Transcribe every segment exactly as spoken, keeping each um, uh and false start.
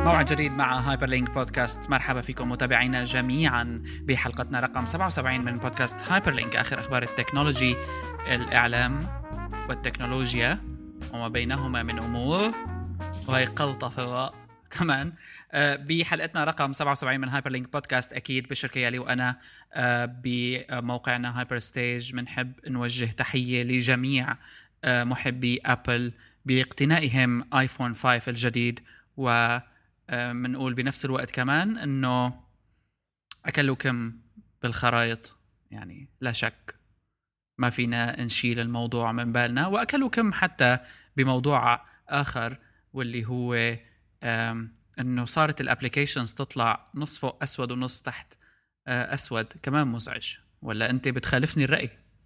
موعد جديد مع هايبر لينك بودكاست. مرحبا فيكم متابعينا جميعا بحلقتنا رقم سبعة وسبعين من بودكاست هايبر لينك، آخر أخبار التكنولوجي، الإعلام والتكنولوجيا وما بينهما من أمور، وهي قلطة كمان. بحلقتنا رقم سبعة وسبعين من هايبر لينك بودكاست أكيد بشر كيالي وأنا بموقعنا هايبر ستيج بنحب نوجه تحية لجميع محبي أبل باقتنائهم آيفون خمسة الجديد، و منقول بنفس الوقت كمان انه اكلوا كم بالخرايط، يعني لا شك ما فينا نشيل الموضوع من بالنا، واكلوا كم حتى بموضوع اخر واللي هو انه صارت الابليكيشنز تطلع نص فوق اسود ونص تحت اسود، كمان مزعج. ولا انت بتخالفني الرأي؟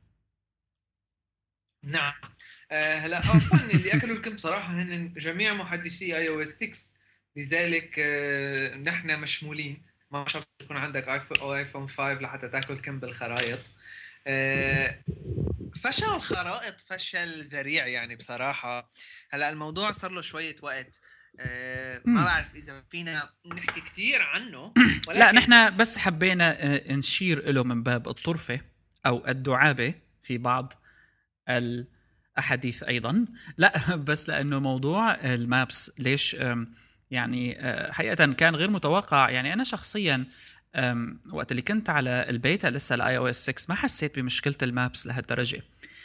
نعم. أه هلا اصلا اللي اكلوا الكم صراحه هن جميع محدثي اي او اس ستة، لذلك أه نحن مشمولين. ما شرط يكون عندك ايفون او ايفون خمسة لحتى تاكل كم بالخرائط. أه فشل الخرائط فشل ذريع يعني بصراحه. هلا الموضوع صار له شويه وقت، أه ما بعرف اذا فينا نحكي كتير عنه، ولكن لا نحن بس حبينا نشير له من باب الطرفه او الدعابه في بعض الأحاديث أيضا. لا بس لأنه موضوع المابس ليش يعني حقيقة كان غير متوقع. يعني أنا شخصيا وقت اللي كنت على البيتا لسه الاي او اس ستة ما حسيت بمشكلة المابس لهالدرجة،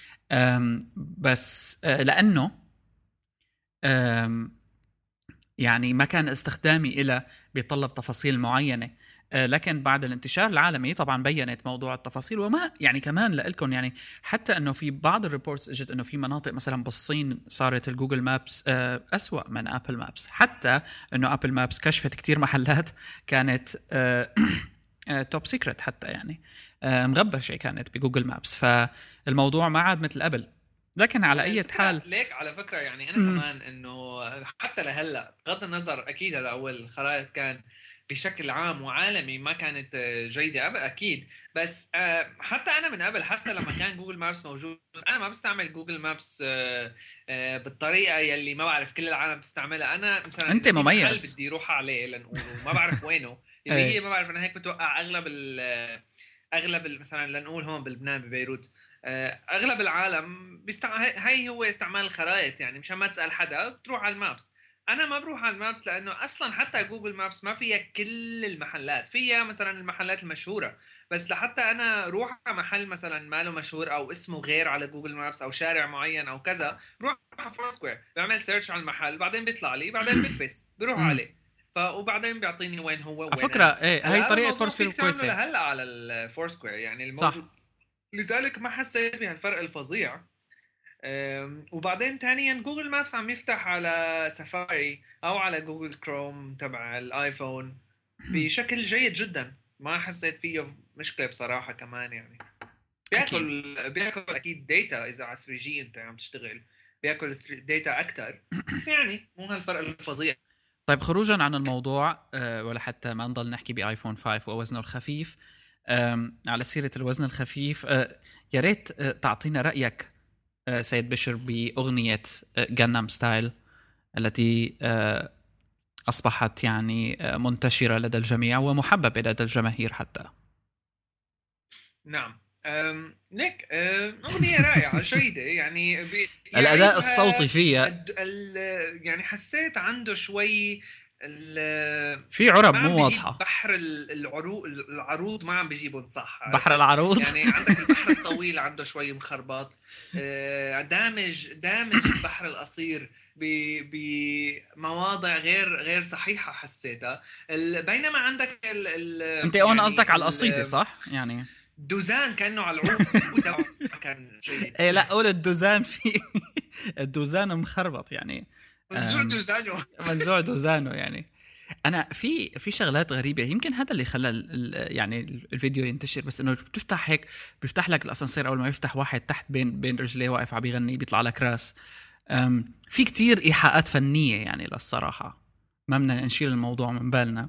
بس لأنه يعني ما كان استخدامي إلى بيطلب تفاصيل معينة، لكن بعد الانتشار العالمي طبعا بينت موضوع التفاصيل. وما يعني كمان لكم يعني حتى انه في بعض الريبورتس اجت انه في مناطق مثلا بالصين صارت الجوجل مابس أسوأ من ابل مابس، حتى انه ابل مابس كشفت كتير محلات كانت توب سيكريت، حتى يعني مغبشة كانت بجوجل مابس، فالموضوع ما عاد مثل قبل. لكن على اي حال ليك على فكرة يعني انا كمان انه حتى لهلا بغض النظر اكيد هلا اول الخرائط كان بشكل عام وعالمي ما كانت جيدة قبل أكيد، بس حتى أنا من قبل حتى لما كان جوجل مابس موجود أنا ما بستعمل جوجل مابس بالطريقة يلي ما بعرف كل العالم بتستعملها. أنا مثلا أنت إذا في محل مميز بدي روح عليه لنقوله ما بعرف وينه اللي هي ما بعرف أنا هيك بتوقع أغلب أغلب مثلا لنقول هون بلبنان ببيروت اغلب العالم بيستع... هاي هو استعمال الخرائط، يعني مشان ما تسال حدا بتروح على المابس. انا ما بروح على المابس لانه اصلا حتى جوجل مابس ما فيها كل المحلات، فيها مثلا المحلات المشهوره بس. لحتى انا روح على محل مثلا ماله مشهور او اسمه غير على جوجل مابس او شارع معين او كذا، روح على فور سكوير بعمل سيرش على المحل بعدين بيطلع لي بعدين بتبس بروح عليه ف وبعدين بيعطيني وين هو وين. على فكره ايه هاي طريقه فور سكوير كويسه لهلا على الفور سكوير يعني الموجود صح. لذلك ما حسيت بهالفرق الفظيع. وبعدين ثانيا جوجل مابس عم يفتح على سفاري او على جوجل كروم تبع الايفون بشكل جيد جدا، ما حسيت فيه مشكله بصراحه. كمان يعني بياكل أكيد. بياكل اكيد داتا اذا على ثري جي انت عم تشتغل بياكل داتا اكثر، بس يعني مو هالفرق الفظيع. طيب خروجا عن الموضوع ولا حتى ما نضل نحكي بايفون خمسة ووزنه الخفيف، على سيرة الوزن الخفيف يا ريت تعطينا رأيك سيد بشر بأغنية جانام ستايل التي أصبحت يعني منتشرة لدى الجميع ومحببة لدى الجماهير حتى. نعم ليك أغنية رائعة جيدة يعني الأداء الصوتي فيها يعني حسيت عنده شوي في عرب مو واضحة. بحر العروض العروض ما عم بيجيبون صح. بحر العروض يعني عندك البحر الطويل عنده شوي مخربط، دامج دامج البحر القصير بمواضع غير غير صحيحة حسيتها. بينما عندك ال ال انت هون يعني قصدك على القصيدة صح؟ يعني دوزان كأنه على العود كان جيد. ايه لا قول الدوزان في الدوزان مخربط يعني منزوع دوزانه منزوع دوزانه يعني. انا في في شغلات غريبه يمكن هذا اللي خلى يعني الفيديو ينتشر، بس انه بتفتح هيك بيفتح لك الاسانسير اول ما يفتح واحد تحت بين بين رجليه واقف عم يغني بيطلع لك راس. في كتير ايحاءات فنيه يعني للصراحه ما بدنا نشيل الموضوع من بالنا.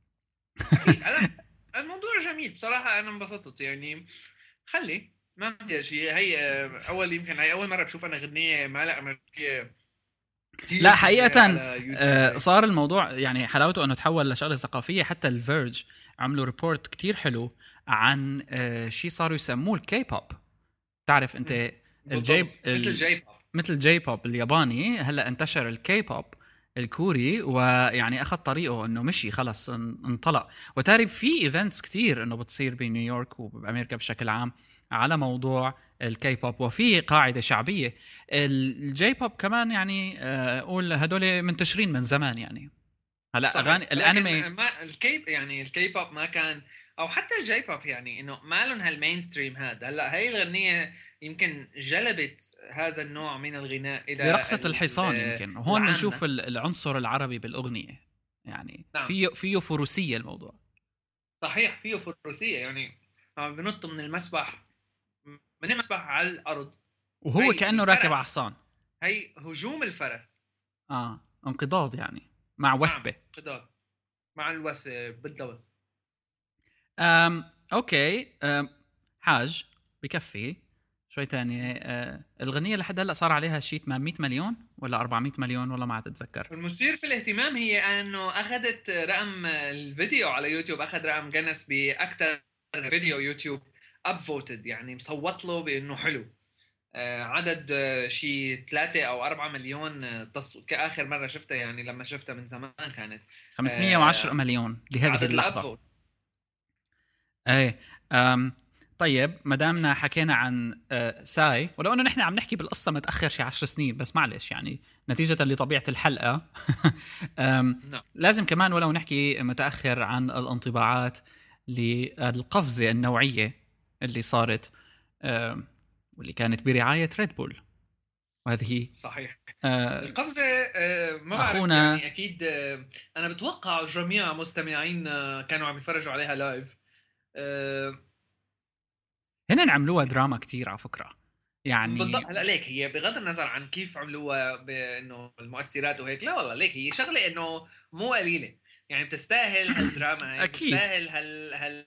الموضوع جميل بصراحه انا انبسطت يعني. خلي ما في شيء هي اول يمكن هي اول مره بشوف انا غنيه ما لا امريكيه لا حقيقة آه صار الموضوع يعني حلاوته انه تحول لشغلة ثقافية. حتى الفيرج عملوا ريبورت كتير حلو عن آه شيء صاروا يسموه الكي بوب. تعرف انت الجي مثل الجي بوب مثل الجي بوب الياباني، هلا انتشر الكي بوب الكوري، ويعني اخذ طريقه انه مشي خلص انطلق. وتاري في ايفنتس كتير انه بتصير بنيويورك وبامريكا بشكل عام على موضوع الكي بوب، وفي قاعده شعبيه. الجي بوب كمان يعني اقول هدول منتشرين من زمان يعني. هلا اغاني الانمي ما الكي يعني الكي بوب ما كان، او حتى الجي بوب يعني انه ما لهم هالمين ستريم هذا. هلا هي الغنيه يمكن جلبت هذا النوع من الغناء الى برقصة الحصان. يمكن هون بنشوف العنصر العربي بالاغنيه يعني. نعم. فيه فيه فروسيه الموضوع. صحيح فيه فروسيه يعني بنط من المسبح من المسبح على الارض وهو كانه راكب على حصان. هي هجوم الفرس. اه انقضاض يعني مع وثبه. نعم. انقضاض مع الوثبه بالضبط. أم اوكي أم حاج بكفي شوي تانية. أه الغنية لحد هلأ صار عليها شيء ثمانمية مليون ولا أربعمية مليون والله ما عاد أتذكر. المثير في الاهتمام هي أنه أخذت رقم الفيديو على يوتيوب، أخذ رقم جينيس بأكثر فيديو يوتيوب أب فوتد، يعني مصوت له بأنه حلو. أه عدد شيء ثلاثة أو أربعة مليون تصوت كآخر مرة شفتها، يعني لما شفتها من زمان كانت خمسمية وعشرة مليون لهذه اللحظة. ايه أم طيب مدامنا حكينا عن آه ساي، ولو انه نحن عم نحكي بالقصه متاخر شي عشر سنين، بس معلش يعني نتيجه لطبيعه الحلقه أم لازم كمان ولو نحكي متاخر عن الانطباعات للقفزه النوعيه اللي صارت واللي كانت برعايه ريد بول. وهذه صحيح آه القفزه آه ما بعرف يعني اكيد آه انا بتوقع جميع مستمعين آه كانوا عم يتفرجوا عليها لايف. آه هنا عملوها دراما كتير على فكرة يعني. بالضبط. هلا ليك هي بغض النظر عن كيف عملوها بانه المؤثرات وهيك، لا والله ليك هي شغله انه مو قليله يعني، بتستاهل هالدراما هي. اكيد بتستاهل هال هال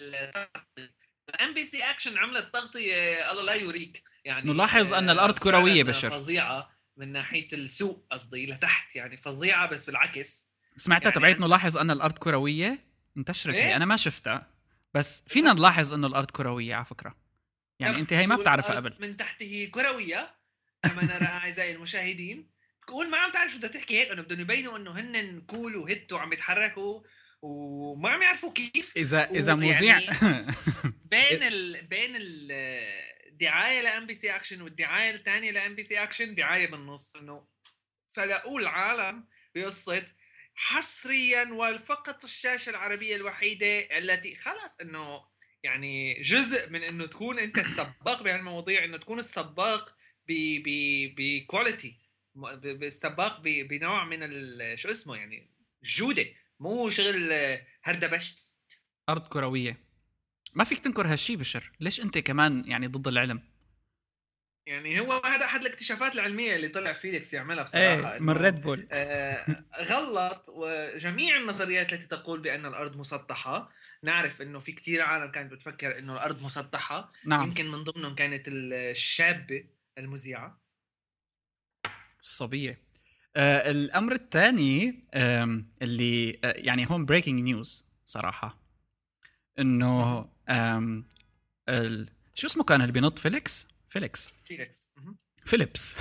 ام بي سي اكشن عملت تغطيه الله لا يوريك يعني. نلاحظ ان الارض كرويه بشر، فظيعه من ناحيه السوق قصدي لتحت يعني، فظيعه بس بالعكس. سمعتها يعني تبعت نلاحظ ان الارض كرويه انتشرت. إيه؟ انا ما شفتها بس فينا نلاحظ انه الارض كرويه على فكره يعني. انت هي ما بتعرفها قبل. من تحت هي كرويه كما نرى اعزائي المشاهدين. تقول ما عم تعرف شو بدها تحكي هيك، انه بدهم يبينوا انه هن كول وهت وعم يتحركوا وما عم يعرفوا كيف. اذا اذا مذيع بين ال بين الدعايه لام بي سي اكشن والدعايه الثانيه لام بي سي اكشن دعايه بالنص، انه سلقوا العالم بقصه حصريا وفقط الشاشه العربيه الوحيده التي خلص انه يعني جزء من انه تكون انت السباق بهالمواضيع، انه تكون السباق ب ب بكواليتي، بالسباق بنوع من شو اسمه يعني الجوده، مو شغل هردبشت. ارض كرويه ما فيك تنكر هالشي بشر. ليش انت كمان يعني ضد العلم؟ يعني هو هذا احد الاكتشافات العلميه اللي طلع فيليكس يعملها بصراحه. ايه من ريد بول. آه غلط. وجميع النظريات التي تقول بان الارض مسطحه، نعرف انه في كتير عالم كانت بتفكر انه الارض مسطحه. نعم. يمكن من ضمنهم كانت الشابه المذيعه الصبيه. آه الامر الثاني آه اللي آه يعني هون بريكنج نيوز صراحه، انه آه شو اسمه كان اللي بينط فيليكس فيليكس فيليكس فيليبس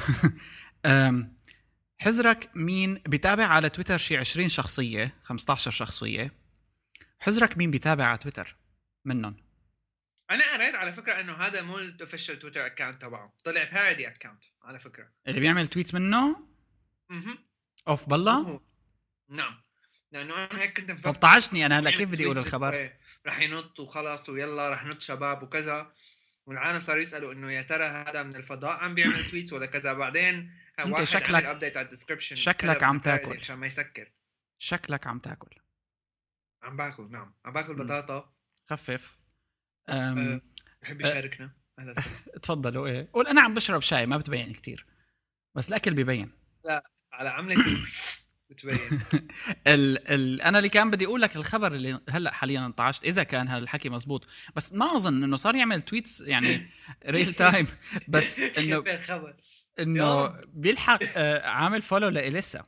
حزرك مين بيتابع على تويتر؟ شي عشرين شخصية خمسة عشر شخصية. حزرك مين بيتابع على تويتر منهم؟ أنا قريت على فكرة إنه هذا مو الأوفيشال تويتر أكاونت تبعه، طلع بارودي أكاونت على فكرة اللي بيعمل تويت منه. اها أوف بالله. نعم، لأنه أنا هيك كنت مفكر. طب طعشني أنا هلا كيف بدي أقول الخبر؟ رح ينط وخلاص ويلا رح نط شباب وكذا، والعالم صاروا يسألوا إنه يا ترى هذا من الفضاء عم بيعمل تويتس ولا كذا. بعدين انت شكلك ابديت على الديسكربشن، شكلك عم تاكل عشان ما يسكر. شكلك عم تاكل. عم باكل. نعم عم باكل بطاطا. خفف. أم... بحب يشاركنا. اهلا وسهلا. تفضلوا. ايه قول انا عم بشرب شاي ما بتبين كتير بس الاكل بيبين. لا على عملتي بتبين. ال ال انا اللي كان بدي اقول لك الخبر اللي هلا حاليا انطعشت اذا كان هالحكي مزبوط، بس ما اظن انه صار يعمل تويتس يعني ريل تايم. بس انه انه بيلحق آه عامل فولو لإليسا.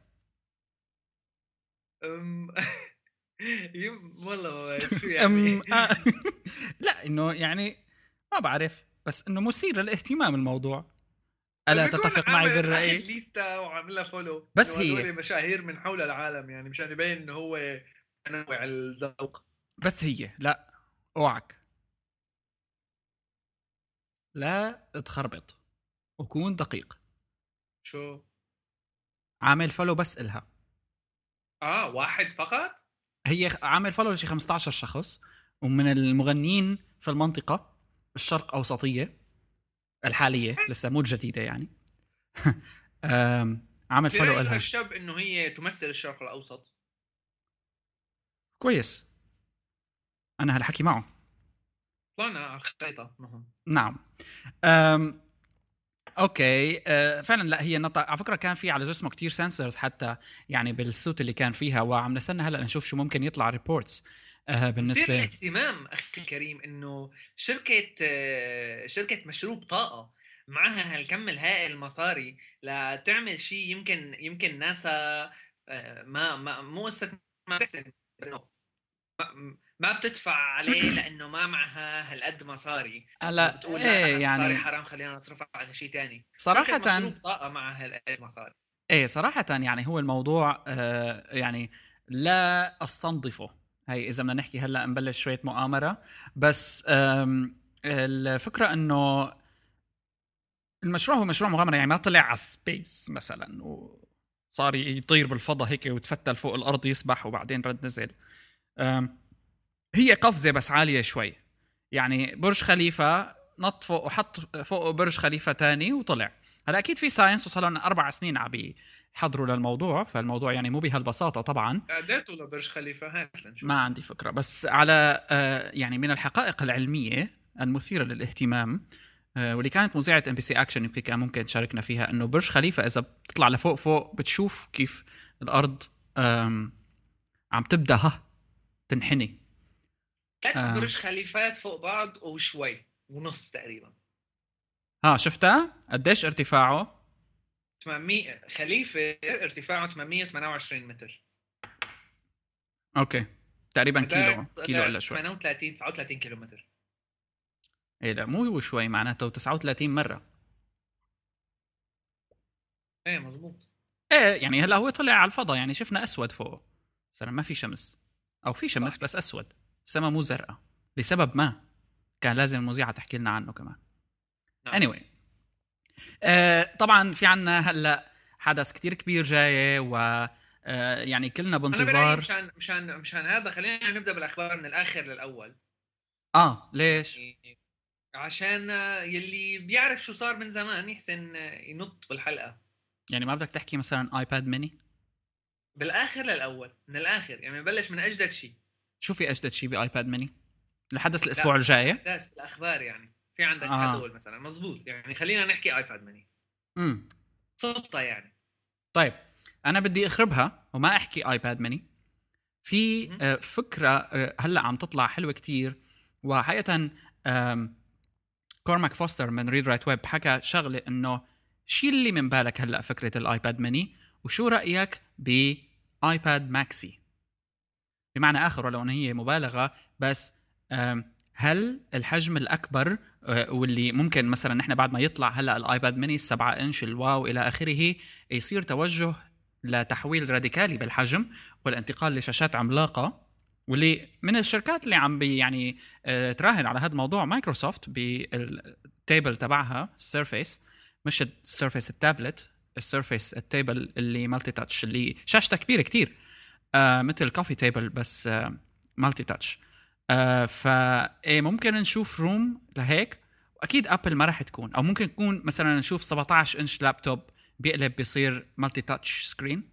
أم... يم والله ما بعرف شو يعني. آه. لا انه يعني ما بعرف، بس انه مثير للاهتمام الموضوع. الا تتفق معي بالرأي؟ اخذ ليستا وعاملها فولو، بس هي هي مشاهير من حول العالم يعني مشان يبين انه هو تنوع الذوق. بس هي لا اوعك لا تخربط وكون دقيق. شو عامل فولو بس إلها. اه واحد فقط؟ هي عامل فولو لشي خمسة عشر شخص، ومن المغنيين في المنطقة الشرق أوسطية الحالية، لسه مو جديدة يعني. عامل فولو إلها. الشاب انه هي تمثل الشرق الاوسط. كويس، انا هالحكي معه. طلعنا على الخريطة مهم. نعم. أم... اوكي أه فعلا. لا هي نط... على فكره كان في على جسمه كتير سنسرز حتى يعني بالسوت اللي كان فيها، وعم نستنى هلا نشوف شو ممكن يطلع ريبورتس أه بالنسبه. يصير الاهتمام اخي الكريم انه شركه آه، شركه مشروب طاقه معها هالكم الهائل مصاري لتعمل شيء يمكن يمكن ناسا آه، ما ما مو قصه ما تحسن، ما, ما بتدفع عليه لانه ما معها هالقد مصاري. هلا بتقول ايه لا يعني مصاري حرام خلينا نصرفها على شيء تاني. صراحه شركه مشروب طاقه معها هالقد مصاري. ايه صراحه يعني هو الموضوع آه يعني لا استنظفه. هي اذا بدنا نحكي هلا نبلش شويه مؤامره، بس الفكره انه المشروع هو مشروع مغامره، يعني ما طلع على سبيس مثلا وصار يطير بالفضاء هيك وتفتل فوق الارض يسبح وبعدين رد نزل. هي قفزه بس عاليه شوي، يعني برج خليفه نط فوق وحط فوق برج خليفه تاني وطلع. هلا اكيد في ساينس، وصار لنا اربع سنين عم يحضروا للموضوع، فالموضوع يعني مو بهالبساطه طبعا. قعدته لبرج خليفه هات لنشوف. ما عندي فكره، بس على يعني من الحقائق العلميه المثيره للاهتمام واللي كانت مذيعه ام بي سي اكشن يمكن كان ممكن تشاركنا فيها، انه برج خليفه اذا بتطلع لفوق فوق بتشوف كيف الارض عم تبدا ها تنحني. ثلاث برج خليفات فوق بعض وشوي ونص تقريبا. ها شفتها قديش ارتفاعه؟ ثمانمية خليفه ارتفاعه ثمانمية وثمانية وعشرين متر. اوكي تقريبا كيلو كيلو الا شوي. ثمانية وثلاثين تسعة وثلاثين كيلومتر. ايه لا مو هو شوي، معناته تسعة وثلاثين مره. ايه مزبوط. ايه يعني هلا هو طلع على الفضاء، يعني شفنا اسود فوق صار ما في شمس، او في شمس بس اسود، السما مو زرقاء لسبب ما كان لازم المذيعه تحكي لنا عنه كمان. نعم. anyway آه طبعا في عنا هلا حدث كتير كبير جاي، و آه يعني كلنا بانتظار. مشان مشان مشان هذا خلينا نبدا بالاخبار من الاخر للاول. اه ليش؟ عشان يلي بيعرف شو صار من زمان يحسن ينط بالحلقه. يعني ما بدك تحكي مثلا ايباد ميني؟ بالاخر للاول من الاخر يعني نبلش من اجدد شيء. شو في اجدد شيء بايباد ميني؟ الحدث الاسبوع الجاي احداث بالاخبار يعني في عندك آه. هدول مثلا مزبوط، يعني خلينا نحكي ايباد ميني امم صوتها يعني. طيب انا بدي اخربها وما احكي ايباد ميني. في آه فكره آه هلا عم تطلع حلوه كتير، وحقيقه كورماك فوستر من ريد رايت ويب حكى شغله انه شيل اللي من بالك هلا فكره الايباد ميني، وشو رايك بايباد ماكسي؟ بمعنى اخر ولو ان هي مبالغه، بس هل الحجم الاكبر واللي ممكن مثلا نحن بعد ما يطلع هلا الايباد ميني السبعة انش الواو الى اخره يصير توجه لتحويل راديكالي بالحجم والانتقال لشاشات عملاقه، واللي من الشركات اللي عم بي يعني تراهن على هذا الموضوع مايكروسوفت بالتيبل تبعها السيرفيس، مش السيرفيس التابلت، السيرفيس التيبل اللي مالتي تاتش اللي شاشته كبيره كتير آه مثل كوفي تيبل بس آه مالتي تاتش. آه فايه ممكن نشوف روم لهيك، واكيد ابل ما راح تكون، او ممكن تكون مثلا نشوف سبعة عشر انش لابتوب بيقلب بيصير مالتي تاتش سكرين.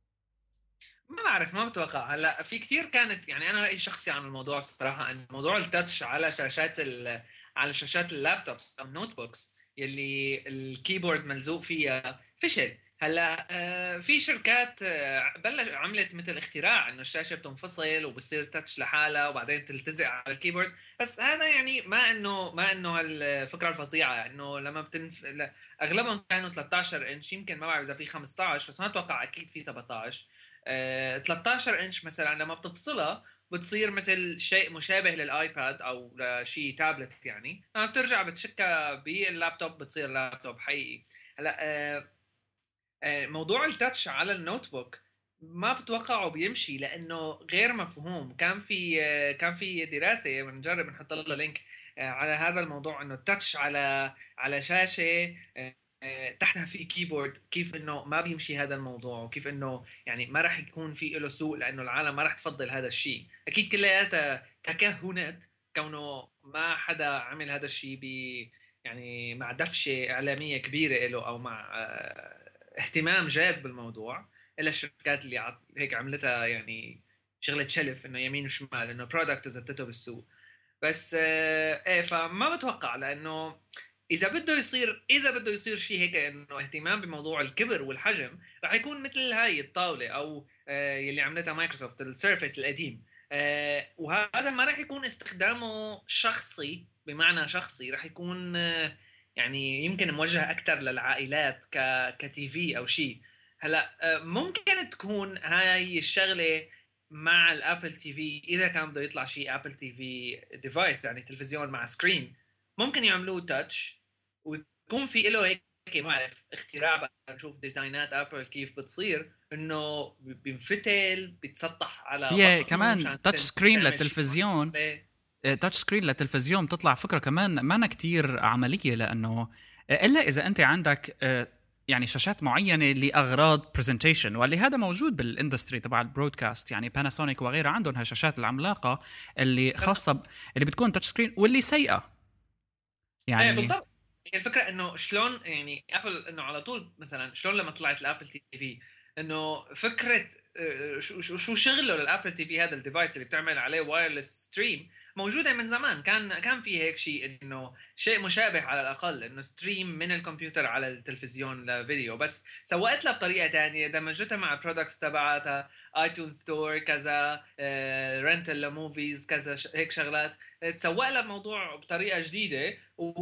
ما بعرف ما بتوقع. هلا في كتير كانت يعني انا رايي شخصي عن الموضوع بصراحه ان موضوع التاتش على شاشات على شاشات اللابتوب او النوت بوكس يلي الكيبورد ملزوق فيها فشل. هلا آه، في شركات آه، بلش عملت مثل اختراع انه الشاشه بتنفصل وبصير تاتش لحالها وبعدين تلتزق على الكيبورد، بس هذا يعني ما انه ما انه هالفكره الفظيعه انه لما بتنف لا، اغلبهم كانوا ثلاثة عشر انش، يمكن ما بعرف اذا في خمسة عشر بس ما اتوقع، اكيد في سبعة عشر. آه، ثلاثة عشر انش مثلا لما بتفصلها بتصير مثل شيء مشابه للايباد او لشيء تابلت، يعني لما بترجع بتشكها باللابتوب بتصير لابتوب حقيقي. هلا آه، موضوع التاتش على النوت بوك ما بتوقعه بيمشي لانه غير مفهوم. كان في كان في دراسه بنجرب نحط لها لينك على هذا الموضوع، انه التاتش على على شاشه تحتها في كيبورد، كيف انه ما بيمشي هذا الموضوع، وكيف انه يعني ما راح يكون في له سوق لانه العالم ما راح تفضل هذا الشيء. اكيد كلياتها تكهنات، كونه ما حدا عمل هذا الشيء ب يعني مع دفشه اعلاميه كبيره له او مع اهتمام جاد بالموضوع، الا الشركات اللي عط... هيك عملتها يعني شغله شلف انه يمين وشمال انه برودكت وزتته بالسوق. بس آه ايه فما بتوقع، لانه اذا بده يصير اذا بده يصير شيء هيك انه اهتمام بموضوع الكبر والحجم، راح يكون مثل هاي الطاوله او آه يلي عملتها مايكروسوفت السيرفيس القديم. آه وهذا ما راح يكون استخدامه شخصي بمعنى شخصي، راح يكون آه يعني يمكن موجه اكثر للعائلات ك كتي في او شيء. هلا ممكن تكون هاي الشغله مع الابل تي في، اذا كان بده يطلع شيء ابل تي في ديفايس يعني تلفزيون مع سكرين، ممكن يعملوه تاتش ويكون في له هيك ما اعرف اختراع بقى، نشوف ديزاينات ابل كيف بتصير انه بينفتل بيتسطح على هي كمان تاتش سكرين للتلفزيون. تاتش سكرين للتلفزيون تطلع فكرة كمان ما أنا كتير عملية، لأنه إلا إذا أنت عندك يعني شاشات معينة لأغراض برزنتيشن، واللي هذا موجود بالاندستري تبع البرودكاست، يعني باناسونيك وغيرها عندهم هالشاشات العملاقة اللي خاصة ب... اللي بتكون تاتش سكرين واللي سيئة يعني. ايه بالضبط. الفكرة إنه شلون يعني أبل إنه على طول مثلا شلون لما طلعت الأبل تي في، إنه فكرة شو شو شغله للأبل تي في، هذا الديفايس اللي بتعمل عليه وايرلس ستريم، موجودة من زمان. كان كان في هيك شيء إنه شيء مشابه على الأقل، إنه ستريم من الكمبيوتر على التلفزيون لفيديو، بس سوقت لها بطريقة تانية، دمجتها مع برودكتس تبعتها ايتون ستور كذا، رنتل لموفيز كذا، هيك شغلات تسوق لها الموضوع بطريقة جديدة.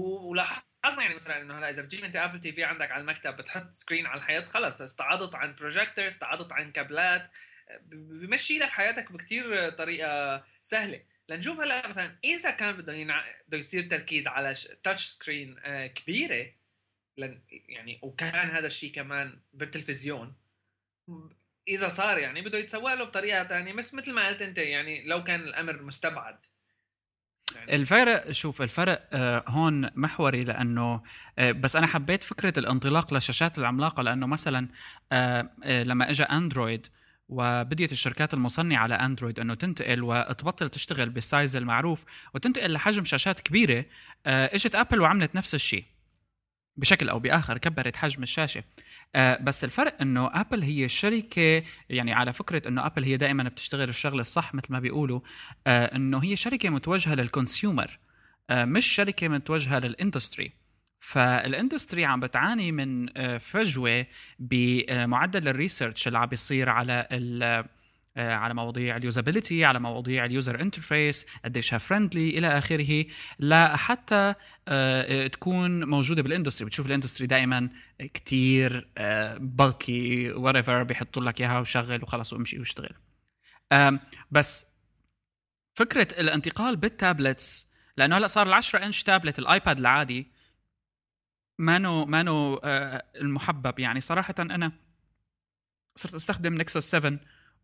ولاحظنا يعني مثلا إنه هلا إذا بتجيب أنت أبل تي في عندك على المكتب بتحط سكرين على الحيط، خلص استعاضت عن بروجيكتور، استعاضت عن كابلات، بمشي لك حياتك بكتير طريقة سهلة. لنشوف هلا مثلا اذا كان بده ينع... بده يصير تركيز على ش... تاتش سكرين آه كبيره، لن... يعني وكان هذا الشيء كمان بالتلفزيون، اذا صار يعني بده يتسوق له بطريقه ثانيه، بس مثل ما قلت انت يعني لو كان الامر مستبعد. يعني الفرق شوف الفرق آه هون محوري، لانه آه بس انا حبيت فكره الانطلاق للشاشات العملاقه، لانه مثلا آه آه لما اجى اندرويد وبديت الشركات المصنعة على أندرويد أنه تنتقل وتبطل تشتغل بالسايز المعروف وتنتقل لحجم شاشات كبيرة، اجت أبل وعملت نفس الشيء بشكل أو بآخر، كبرت حجم الشاشة. بس الفرق أنه أبل هي شركة، يعني على فكرة أنه أبل هي دائما بتشتغل الشغل الصح مثل ما بيقولوا، أنه هي شركة متوجهة للكونسيومر، مش شركة متوجهة للإندستري. فالاندستري عم بتعاني من فجوة بمعدل الريسيرش اللي عم بيصير على على مواضيع اليوزابيليتي، على مواضيع اليوزر انترفيس، قديشها فريندلي الى اخره، لا حتى تكون موجوده بالاندستري. بتشوف الاندستري دائما كتير بالكي whatever، بيحطوا لك اياها وشغل وخلص وامشي واشتغل. بس فكره الانتقال بالتابلتس، لانه هلا صار العشرة انش تابلت الايباد العادي مانو مانو آه المحبب، يعني صراحة أنا صرت أستخدم نكسوس سبعة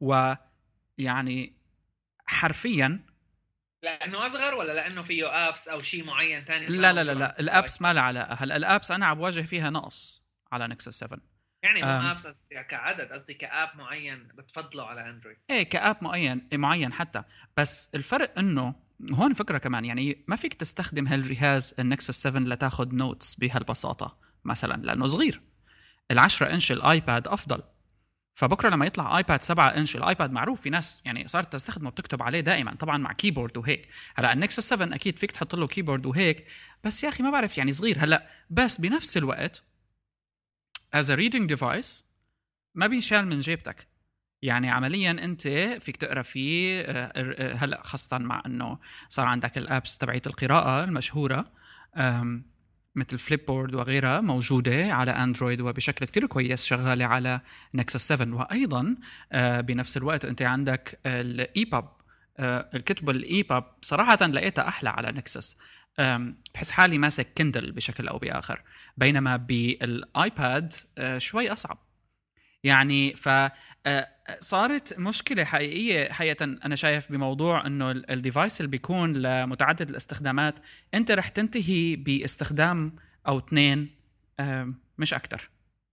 ويعني حرفياً. لأنه أصغر ولا لأنه فيه أبس أو شيء معين تاني؟ لا لا لا لا الأبس ما لها علاقة. هلا الأبس أنا عم بواجه فيها نقص على نكسوس سبعة، يعني مو أبس كعدد، قصدي كأب معين بتفضله على أندرويد. إيه كأب معين معين حتى. بس الفرق إنه هون فكرة كمان، يعني ما فيك تستخدم هالجهاز النكسوس سبعة لتاخد نوتس بهالبساطة مثلا لأنه صغير. العشرة إنش الآيباد أفضل. فبكرة لما يطلع آيباد سبعة إنش، الآيباد معروف في ناس يعني صارت تستخدمه بتكتب عليه دائما طبعا مع كيبورد وهيك. هلا النكسوس سبعة أكيد فيك تحط له كيبورد وهيك، بس يا أخي ما بعرف يعني صغير. هلا بس بنفس الوقت as a reading device ما بينشال من جيبتك. يعني عمليا انت فيك تقرا فيه هلا، خاصه مع انه صار عندك الابس تبعت القراءه المشهوره مثل فليببورد وغيرها موجوده على اندرويد وبشكل كتير كويس شغاله على نكسس سبعة. وايضا بنفس الوقت انت عندك الايباب، الكتب الايباب صراحه لقيتها احلى على نكسس، بحس حالي ماسك كندل بشكل او باخر، بينما بالايباد شوي اصعب. يعني فصارت مشكلة حقيقية حقيقة أنا شايف بموضوع أنه الديفايس اللي بيكون لمتعدد الاستخدامات أنت رح تنتهي باستخدام أو اثنين مش أكتر.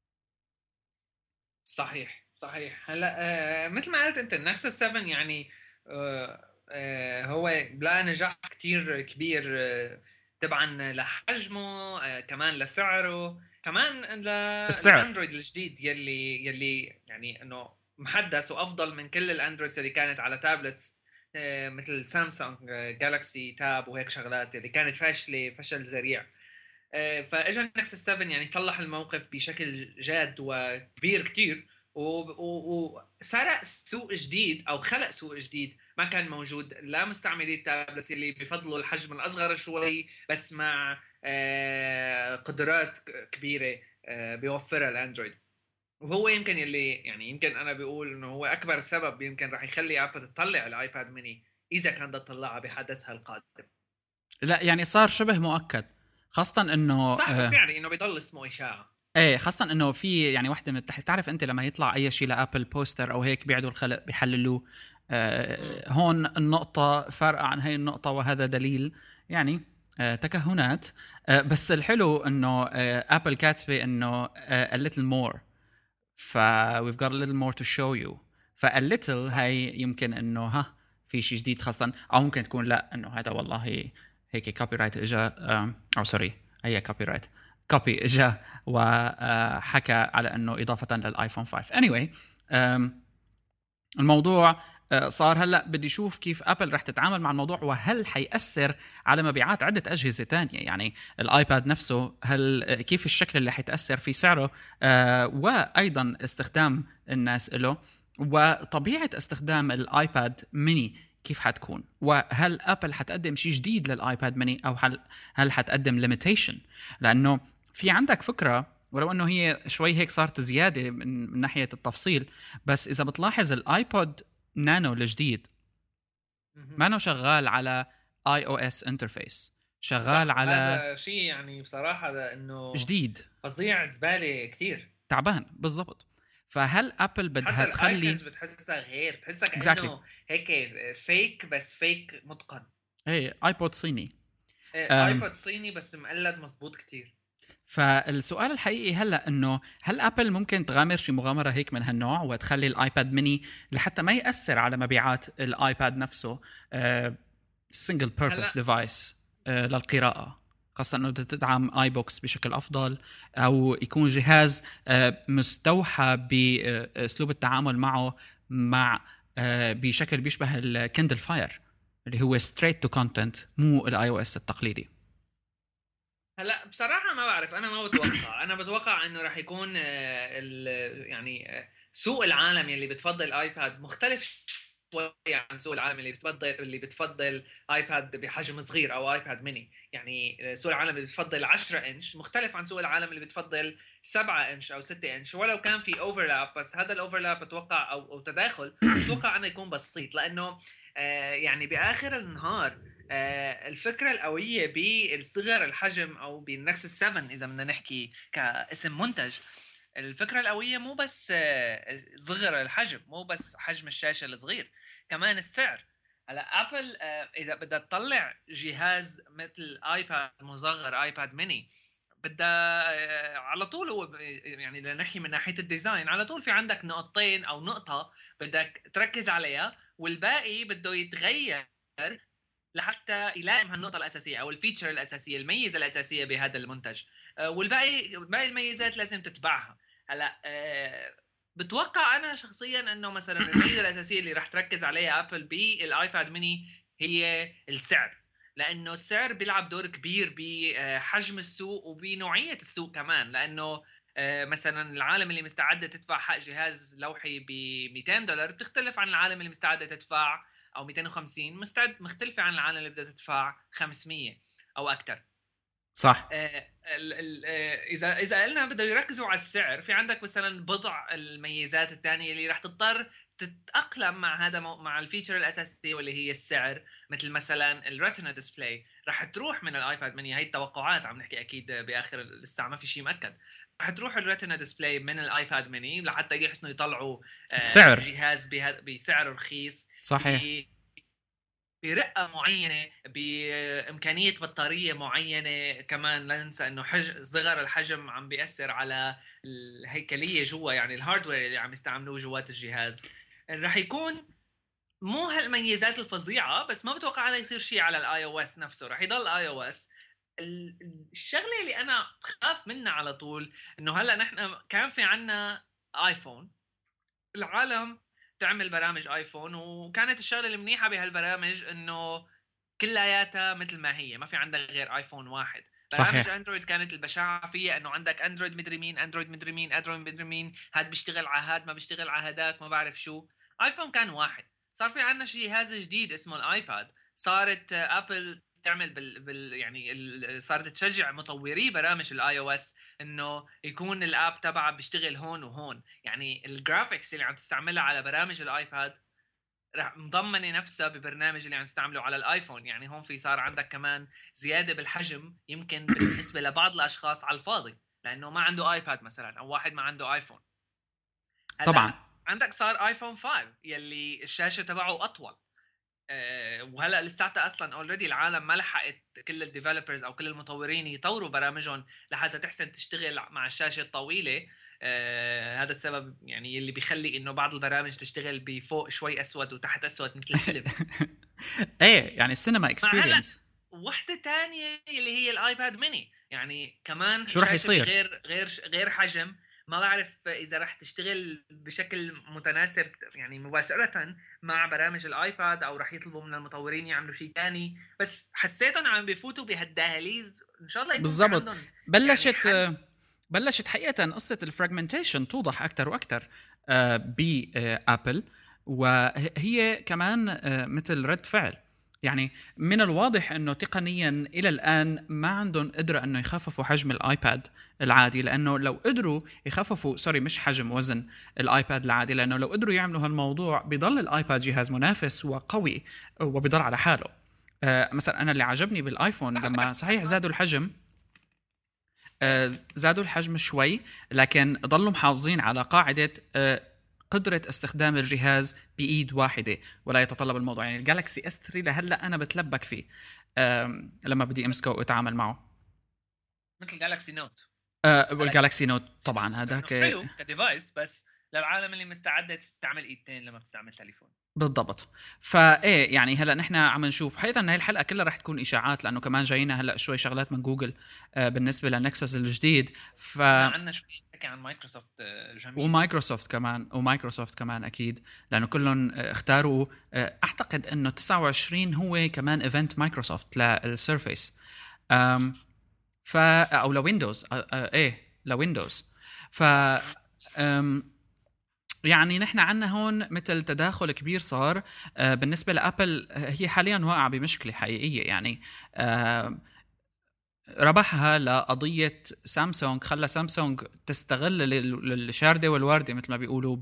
صحيح صحيح. هلا آه مثل ما قلت أنت النكسس سبعة يعني آه آه هو بلا نجاح كتير كبير آه طبعا لحجمه، آه كمان لسعره، كمان للاندرويد الجديد يلي يلي يعني انه محدث وافضل من كل الاندرويدز اللي كانت على تابلتس آه مثل سامسونج جالكسي تاب وهيك شغلات اللي كانت فاشله فشل ذريع. آه فاجا نكسس سبعة يعني صلح الموقف بشكل جاد وكبير كتير، وسرق سوق جديد او خلق سوق جديد ما كان موجود لا مستعملي التابلت اللي بيفضلوا الحجم الاصغر شوي بس مع قدرات كبيره بيوفرها الاندرويد. وهو يمكن يلي يعني يمكن انا بقول انه هو اكبر سبب يمكن راح يخلي ابل تطلع الايباد ميني اذا كانت تطلعها بحدثها القادم. لا يعني صار شبه مؤكد، خاصه انه صح بس يعني انه بيضل اسمه اشاعه. ايه خاصة انه في يعني واحدة من التحت، تعرف انت لما يطلع اي شيء لابل بوستر او هيك بيعدوا الخلق بيحللوه، آه هون النقطة فارقة عن هاي النقطة، وهذا دليل يعني آه تكهنات. آه بس الحلو انه آه ابل كاتبة انه آه a little more، ف we've got a little more to show you. فا little هاي يمكن انه ها في شيء جديد، خاصة او ممكن تكون لا انه هذا والله هيك كوبي رايت اجا آه او سوري اي كوبي رايت كوبي اجا وحكى على انه اضافه للايفون خمسة. anyway الموضوع صار هلا بدي اشوف كيف ابل رح تتعامل مع الموضوع، وهل حيأثر على مبيعات عده اجهزه تانية. يعني الايباد نفسه هل كيف الشكل اللي حيتأثر في سعره، وايضا استخدام الناس له، وطبيعه استخدام الايباد ميني كيف حتكون، وهل ابل حتقدم شيء جديد للايباد ميني او هل هل حتقدم ليميتيشن. لانه في عندك فكره ولو انه هي شوي هيك صارت زياده من, من ناحيه التفصيل، بس اذا بتلاحظ الايبود نانو الجديد ما شغال على اي او اس انترفيس، شغال على هذا شيء يعني بصراحه انه جديد فظيع زباله كتير تعبان بالضبط. فهل ابل بدها حتى تخلي الايكونز بتحسها غير، بتحسها كانه exactly. هيك فيك بس فيك متقن. ايه ايبود صيني، ايبود صيني بس مقلد مزبوط كتير. فالسؤال الحقيقي هلا انه هل ابل ممكن تغامر شي مغامره هيك من هالنوع وتخلي الايباد ميني لحتى ما ياثر على مبيعات الايباد نفسه سنجل بيربس ديفايس للقراءه، خاصه انه تدعم اي بوكس بشكل افضل، او يكون جهاز مستوحى باسلوب التعامل معه مع بشكل بيشبه الكندل فاير اللي هو ستريت تو كونتنت مو الاي او اس التقليدي. هلا بصراحه ما بعرف، انا ما بتوقع انا بتوقع انه راح يكون يعني سوق العالم اللي بتفضل الايباد مختلف شوي عن سوق العالم اللي بتفضل اللي بتفضل ايباد بحجم صغير او ايباد ميني. يعني سوق العالم اللي بتفضل عشرة انش مختلف عن سوق العالم اللي بتفضل سبعة انش او ستة انش، ولو كان في اوفرلاب، بس هذا الاوفرلاب بتوقع او, أو تداخل بتوقع انه يكون بسيط، لانه آه يعني باخر النهار آه الفكره القويه بالصغر الحجم او بالنكسس سبعة اذا بدنا نحكي كاسم منتج، الفكرة القوية مو بس صغر الحجم، مو بس حجم الشاشة الصغير، كمان السعر. هلا ابل اذا بدها تطلع جهاز مثل ايباد مصغر ايباد ميني بدها على طول هو يعني لنحكي من ناحية الديزاين على طول في عندك نقطتين او نقطة بدك تركز عليها، والباقي بده يتغير لحتى يلائم هالنقطة الأساسية أو الفيتشر الأساسية الميزة الأساسية بهذا المنتج، والباقي باقي الميزات لازم تتبعها. هلا أه بتوقع أنا شخصيا أنه مثلا الميزة الأساسية اللي راح تركز عليها أبل بالآيباد ميني هي السعر، لأنه السعر بيلعب دور كبير بحجم السوق وبنوعية السوق كمان، لأنه مثلا العالم اللي مستعده تدفع حق جهاز لوحي ب مئتين دولار بتختلف عن العالم اللي مستعده تدفع، او مئتين وخمسين مستعد مختلفه عن العالم اللي بدها تدفع خمسمية او اكثر. صح. آه، ال- ال- آه، اذا اذا قلنا بده يركزوا على السعر، في عندك مثلا بضع الميزات الثانيه اللي راح تضطر تتاقلم مع هذا مو- مع الفيتشر الاساسيه واللي هي السعر، مثل مثلا الريتنا ديسبلاي راح تروح من الايباد ميني. هي التوقعات عم نحكي، اكيد باخر لسه ما في شيء مؤكد. راح تروح الريتنا ديسبلاي من الايباد ميني لحتى يحسنوا يطلعوا آه، السعر جهاز بها- بسعر رخيص، صحيح. برقة معينة، بإمكانية بطارية معينة. كمان لا ننسى إنه حج... صغر الحجم عم بيأثر على الهيكلية جوا، يعني الهاردوير اللي عم يستعملوه جوات الجهاز. رح يكون مو هالميزات الفظيعة، بس ما بتوقع أنه يصير شيء على الاي او اس نفسه. رح يضل اي او اس. الشغلة اللي أنا بخاف منها على طول إنه هلأ نحن كان في عنا آيفون، العالم تعمل برامج ايفون، وكانت الشغله المنيحه بهالبرامج انه كلياتها مثل ما هي، ما في عندك غير ايفون واحد. برامج صحيح. اندرويد كانت البشاعه فيها انه عندك اندرويد مدري مين، اندرويد مدري مين، اندرويد مدري مين، هاد بيشتغل على هاد، ما بيشتغل على هداك، ما بعرف شو. ايفون كان واحد. صار في عندنا شيء هذا جديد اسمه الايباد. صارت ابل تعمل بال, بال يعني ال... صارت تشجع مطوري برامج الاي او اس انه يكون الاب تبعه بيشتغل هون وهون. يعني الجرافيكس اللي عم تستعملها على برامج الايباد رح مضمنه نفسها ببرنامج اللي عم تستعمله على الايفون. يعني هون في صار عندك كمان زياده بالحجم، يمكن بالنسبه لبعض الاشخاص على الفاضي، لانه ما عنده ايباد مثلا، او واحد ما عنده ايفون. طبعا. هلا عندك صار ايفون خمسة يلي الشاشه تبعه اطول. أه وهلا لساتها اصلا اوريدي العالم ما لحقت كل الديفلوبرز او كل المطورين يطوروا برامجهم لحتى تحسن تشتغل مع الشاشه الطويله. أه هذا السبب يعني اللي بيخلي انه بعض البرامج تشتغل بفوق شوي اسود وتحت اسود مثل الفيلم. ايه يعني السينما مع هلا اكسبيرينس. وحده تانية اللي هي الايباد ميني، يعني كمان شو رح شاشه يصير؟ بغير غير غير حجم. ما بعرف اذا رح تشتغل بشكل متناسب يعني مباشره مع برامج الايباد، او رح يطلبوا من المطورين يعملوا شيء تاني. بس حسيتهم عم بيفوتوا بهالدهاليز، ان شاء الله يكون في بالضبط. عندهم يعني بلشت حل. بلشت حقيقة قصة الفراجمنتيشن توضح أكثر وأكثر بأبل، وهي كمان آه، مثل رد فعل. يعني من الواضح أنه تقنيا إلى الآن ما عندهم قدرة أنه يخففوا حجم الآيباد العادي، لأنه لو قدروا يخففوا سوري مش حجم، وزن الآيباد العادي، لأنه لو قدروا يعملوا هالموضوع بيضل الآيباد جهاز منافس وقوي وبيضل على حاله. آه، مثلا أنا اللي عجبني بالآيفون لما صحيح زادوا الحجم، آه، زادوا الحجم شوي، لكن ضلوا محافظين على قاعدة آه، قدرة استخدام الجهاز بإيد واحدة ولا يتطلب الموضوع. يعني الجالكسي اس ثري لهلا أنا بتلبك فيه آم، لما بدي أمسكه وأتعامل معه. مثل جالكسي نوت. آه، والجالكسي نوت طبعا هذاك حلو كديفايس، بس للعالم اللي مستعده تستعمل ايدتين لما بتستعمل تليفون. بالضبط. فايه يعني هلا نحن عم نشوف حقيقه ان هي الحلقه كلها رح تكون اشاعات، لانه كمان جاينا هلا شوي شغلات من جوجل آه، بالنسبه للنكسس الجديد. ف عندنا شوي نحكي عن مايكروسوفت آه، جميل. ومايكروسوفت كمان ومايكروسوفت كمان اكيد، لانه كلهم آه، اختاروا آه، اعتقد انه تسعة وعشرين هو كمان ايفنت مايكروسوفت للسيرفيس أم ف او لويندوز آه، آه، ايه لويندوز. ف أم يعني نحن عنا هون مثل تداخل كبير صار آه، بالنسبة لأبل. آه، هي حاليا واقعة بمشكلة حقيقية، يعني آه، ربحها لقضية سامسونج، خلى سامسونج تستغل ال- الشاردة والواردة مثل ما بيقولوا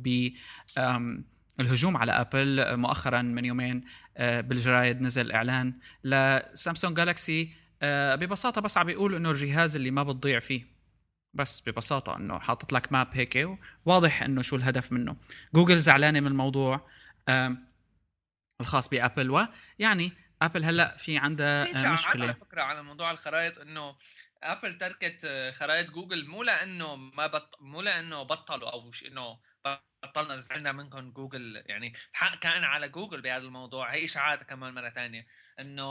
بالهجوم على أبل. مؤخرا من يومين آه، بالجرايد نزل إعلان لسامسونج جالاكسي آه، ببساطة بس عم بيقول إنه الجهاز اللي ما بتضيع فيه، بس ببساطة إنه حاطط لك ماب هيك واضح إنه شو الهدف منه. جوجل زعلانة من الموضوع آم، الخاص بأبل، ويعني أبل هلأ في عندها في آه، اشاعات على مشكلة. فكره على موضوع الخرائط، انه ابل تركت آه، خرائط جوجل مو لانه ما بط... مو لانه بطلوا او شيء، انه بطلنا زعلنا منكم جوجل. يعني حق كان على جوجل بهذا الموضوع. هي اشاعات كمان مره تانية انه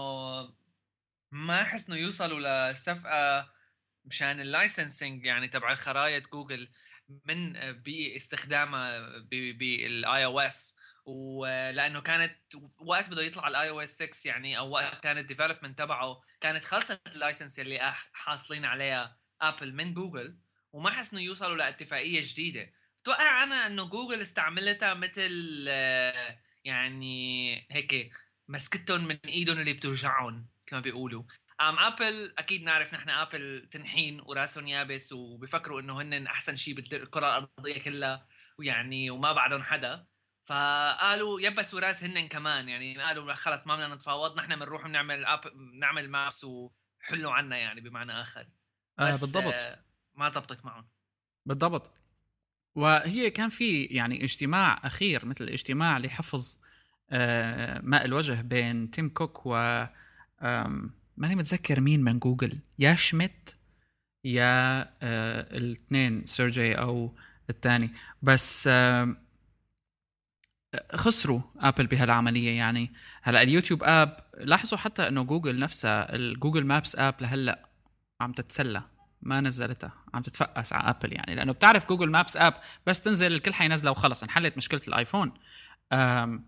ما حسنوا يوصلوا لصفقه مشان اللايسنسنج يعني تبع خرائط جوجل من باستخدامها بالاي او اس. ولانه كانت وقت بده يطلع الاي او اس ستة يعني، او وقت كان الديفلوبمنت تبعه كانت خلصت اللايسنس اللي حاصلين عليها ابل من جوجل، وما حسنوا يوصلوا لاتفاقيه جديده. اتوقع انا انه جوجل استعملتها مثل آه، يعني هيك مسكتهم من ايدهم اللي بتوجعهم مثل ما بيقولوا. ام ابل اكيد نعرف نحن ابل تنحين وراسهم يابس وبيفكروا انه هن احسن شيء بالكره الارضيه كلها، ويعني وما بعدهم حدا. فقالوا يبسوا راس هن كمان، يعني قالوا خلص ما بدنا نتفاوض، نحن بنروح بنعمل اب نعمل مابس وحلوا عنا يعني بمعنى اخر. آه بس بالضبط آه، ما زبطت معهم. بالضبط. وهي كان في يعني اجتماع أخير مثل الاجتماع لحفظ آه ماء الوجه بين تيم كوك و آم، ماني متذكر مين من جوجل، يا شميت يا آه الاثنين سيرجي أو الثاني. بس آه خسروا ابل بهالعمليه. يعني هلا اليوتيوب اب لاحظوا حتى انه جوجل نفسها الجوجل مابس اب لهلا عم تتسلى، ما نزلتها، عم تتفقس على ابل. يعني لانه بتعرف جوجل مابس اب بس تنزل الكل حينزلها وخلص انحلت مشكله الايفون. أم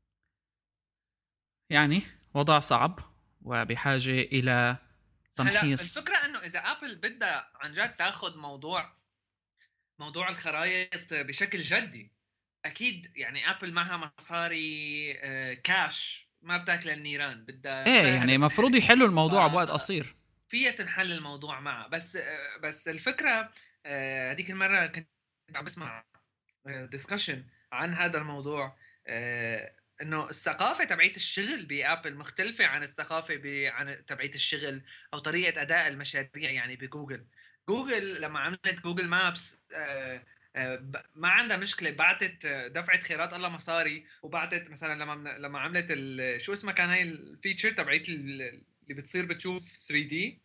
يعني وضع صعب وبحاجه الى هلا تمحيص. الفكره انه اذا ابل بدها عن جد تاخذ موضوع موضوع الخرائط بشكل جدي، اكيد يعني ابل معها مصاري آه، كاش ما بتاكل النيران، بدها ايه تشغل يعني المفروض الدنيا. يحلوا الموضوع بوقت قصير. ففيها تنحل الموضوع معها. بس آه، بس الفكره آه، هذيك المره كنت عم بسمع ديسكشن عن هذا الموضوع، آه، انه الثقافه تبعيت الشغل بابل مختلفه عن الثقافه ب- عن تبعيت الشغل او طريقه اداء المشاريع يعني بجوجل. جوجل لما عملت جوجل مابس آه، آه، ب- ما عندها مشكله، بعتت آه، دفعت خيرات الله مصاري، وبعتت مثلا لما لما عملت ال- شو اسمها كان هاي الفيتشر تبعيت ال- اللي بتصير بتشوف ثري دي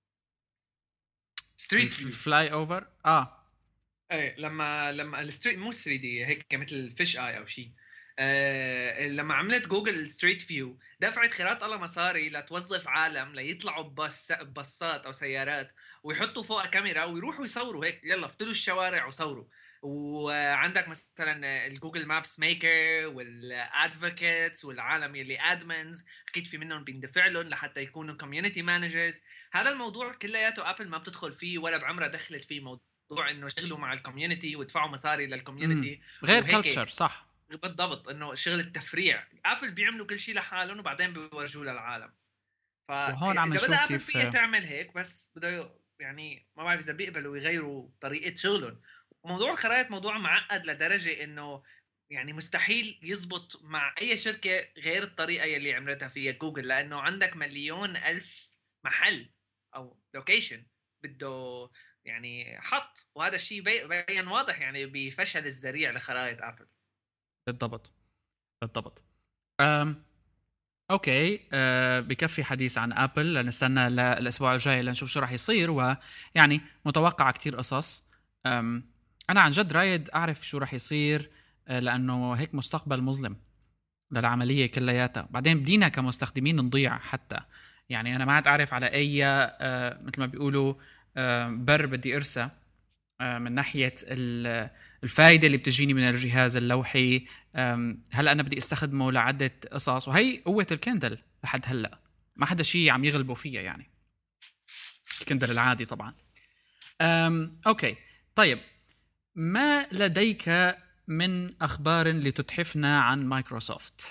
ستريت فيو. الفلاي اوفر اه ايه لما لما الستريت مو ثري دي هيك مثل فيش اي او شيء. آه لما عملت جوجل ستريت فيو دفعت خيرات الله مصاري لتوظف عالم ليطلعوا بباص بباصات او سيارات ويحطوا فوقها كاميرا ويروحوا يصوروا هيك، يلا افتلوا الشوارع وصوروا. وعندك مثلا الجوجل مابس ميكر والادفوكيتس والعالم يلي ادمنز اكيد في منهم بيندفع لهم لحتى يكونوا كوميونتي مانجرز. هذا الموضوع كلياته ابل ما بتدخل فيه ولا بعمرها دخلت فيه، موضوع انه يشتغلوا مع الكوميونتي ويدفعوا مصاري امم للكوميونتي غير كلتشر وهيك. صح. بالضبط، انه شغل التفريع. ابل بيعملوا كل شيء لحالهم وبعدين بيورجوه للعالم. وهون عم فاذا نشوف بدها ابل كيف فيها تعمل هيك، بس بده يعني ما بعرف اذا بيقبلوا يغيروا طريقه شغلهم. وموضوع الخرائط موضوع معقد لدرجه انه يعني مستحيل يزبط مع اي شركه غير الطريقه يلي عملتها فيها جوجل، لانه عندك مليون الف محل او لوكيشن بده يعني حط، وهذا الشيء بي- بين واضح يعني بفشل الذريع لخرائط ابل. بالضبط بالضبط. أم اوكي أه بكفي حديث عن ابل، لنستنى للاسبوع الجاي لنشوف شو راح يصير. ويعني متوقع كتير قصص. أم انا عن جد رايد اعرف شو راح يصير، أه لانه هيك مستقبل مظلم للعمليه كلياتها. بعدين بدينا كمستخدمين نضيع حتى. يعني انا ما عاد اعرف على اي أه مثل ما بيقولوا أه بر بدي ارسى من ناحية الفائدة اللي بتجيني من الجهاز اللوحي. هلأ أنا بدي استخدمه لعدة قصص، وهي قوة الكندل لحد هلأ ما حدا شيء عم يغلبوا فيها، يعني الكندل العادي طبعا. أم أوكي طيب، ما لديك من أخبار لتتحفنا عن مايكروسوفت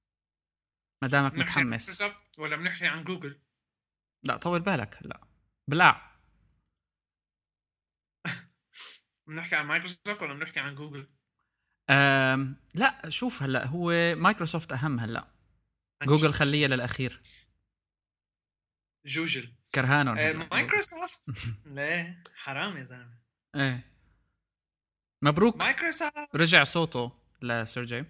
ما دامك بنحكي عن متحمس؟ مايكروسوفت ولا بنحكي عن جوجل؟ لا طول بالك، لا بلع. بنحكي عن مايكروسوفت ولا بنحكي عن جوجل؟ أم لا شوف، هلأ هو مايكروسوفت أهم هلأ، عن جوجل ج- خليها للأخير. جوجل. كرهانهم آه، هلا جوجل. مايكروسوفت لا حرام يا زلمه. ايه مبروك، مايكروسوفت رجع صوته لسيرجي،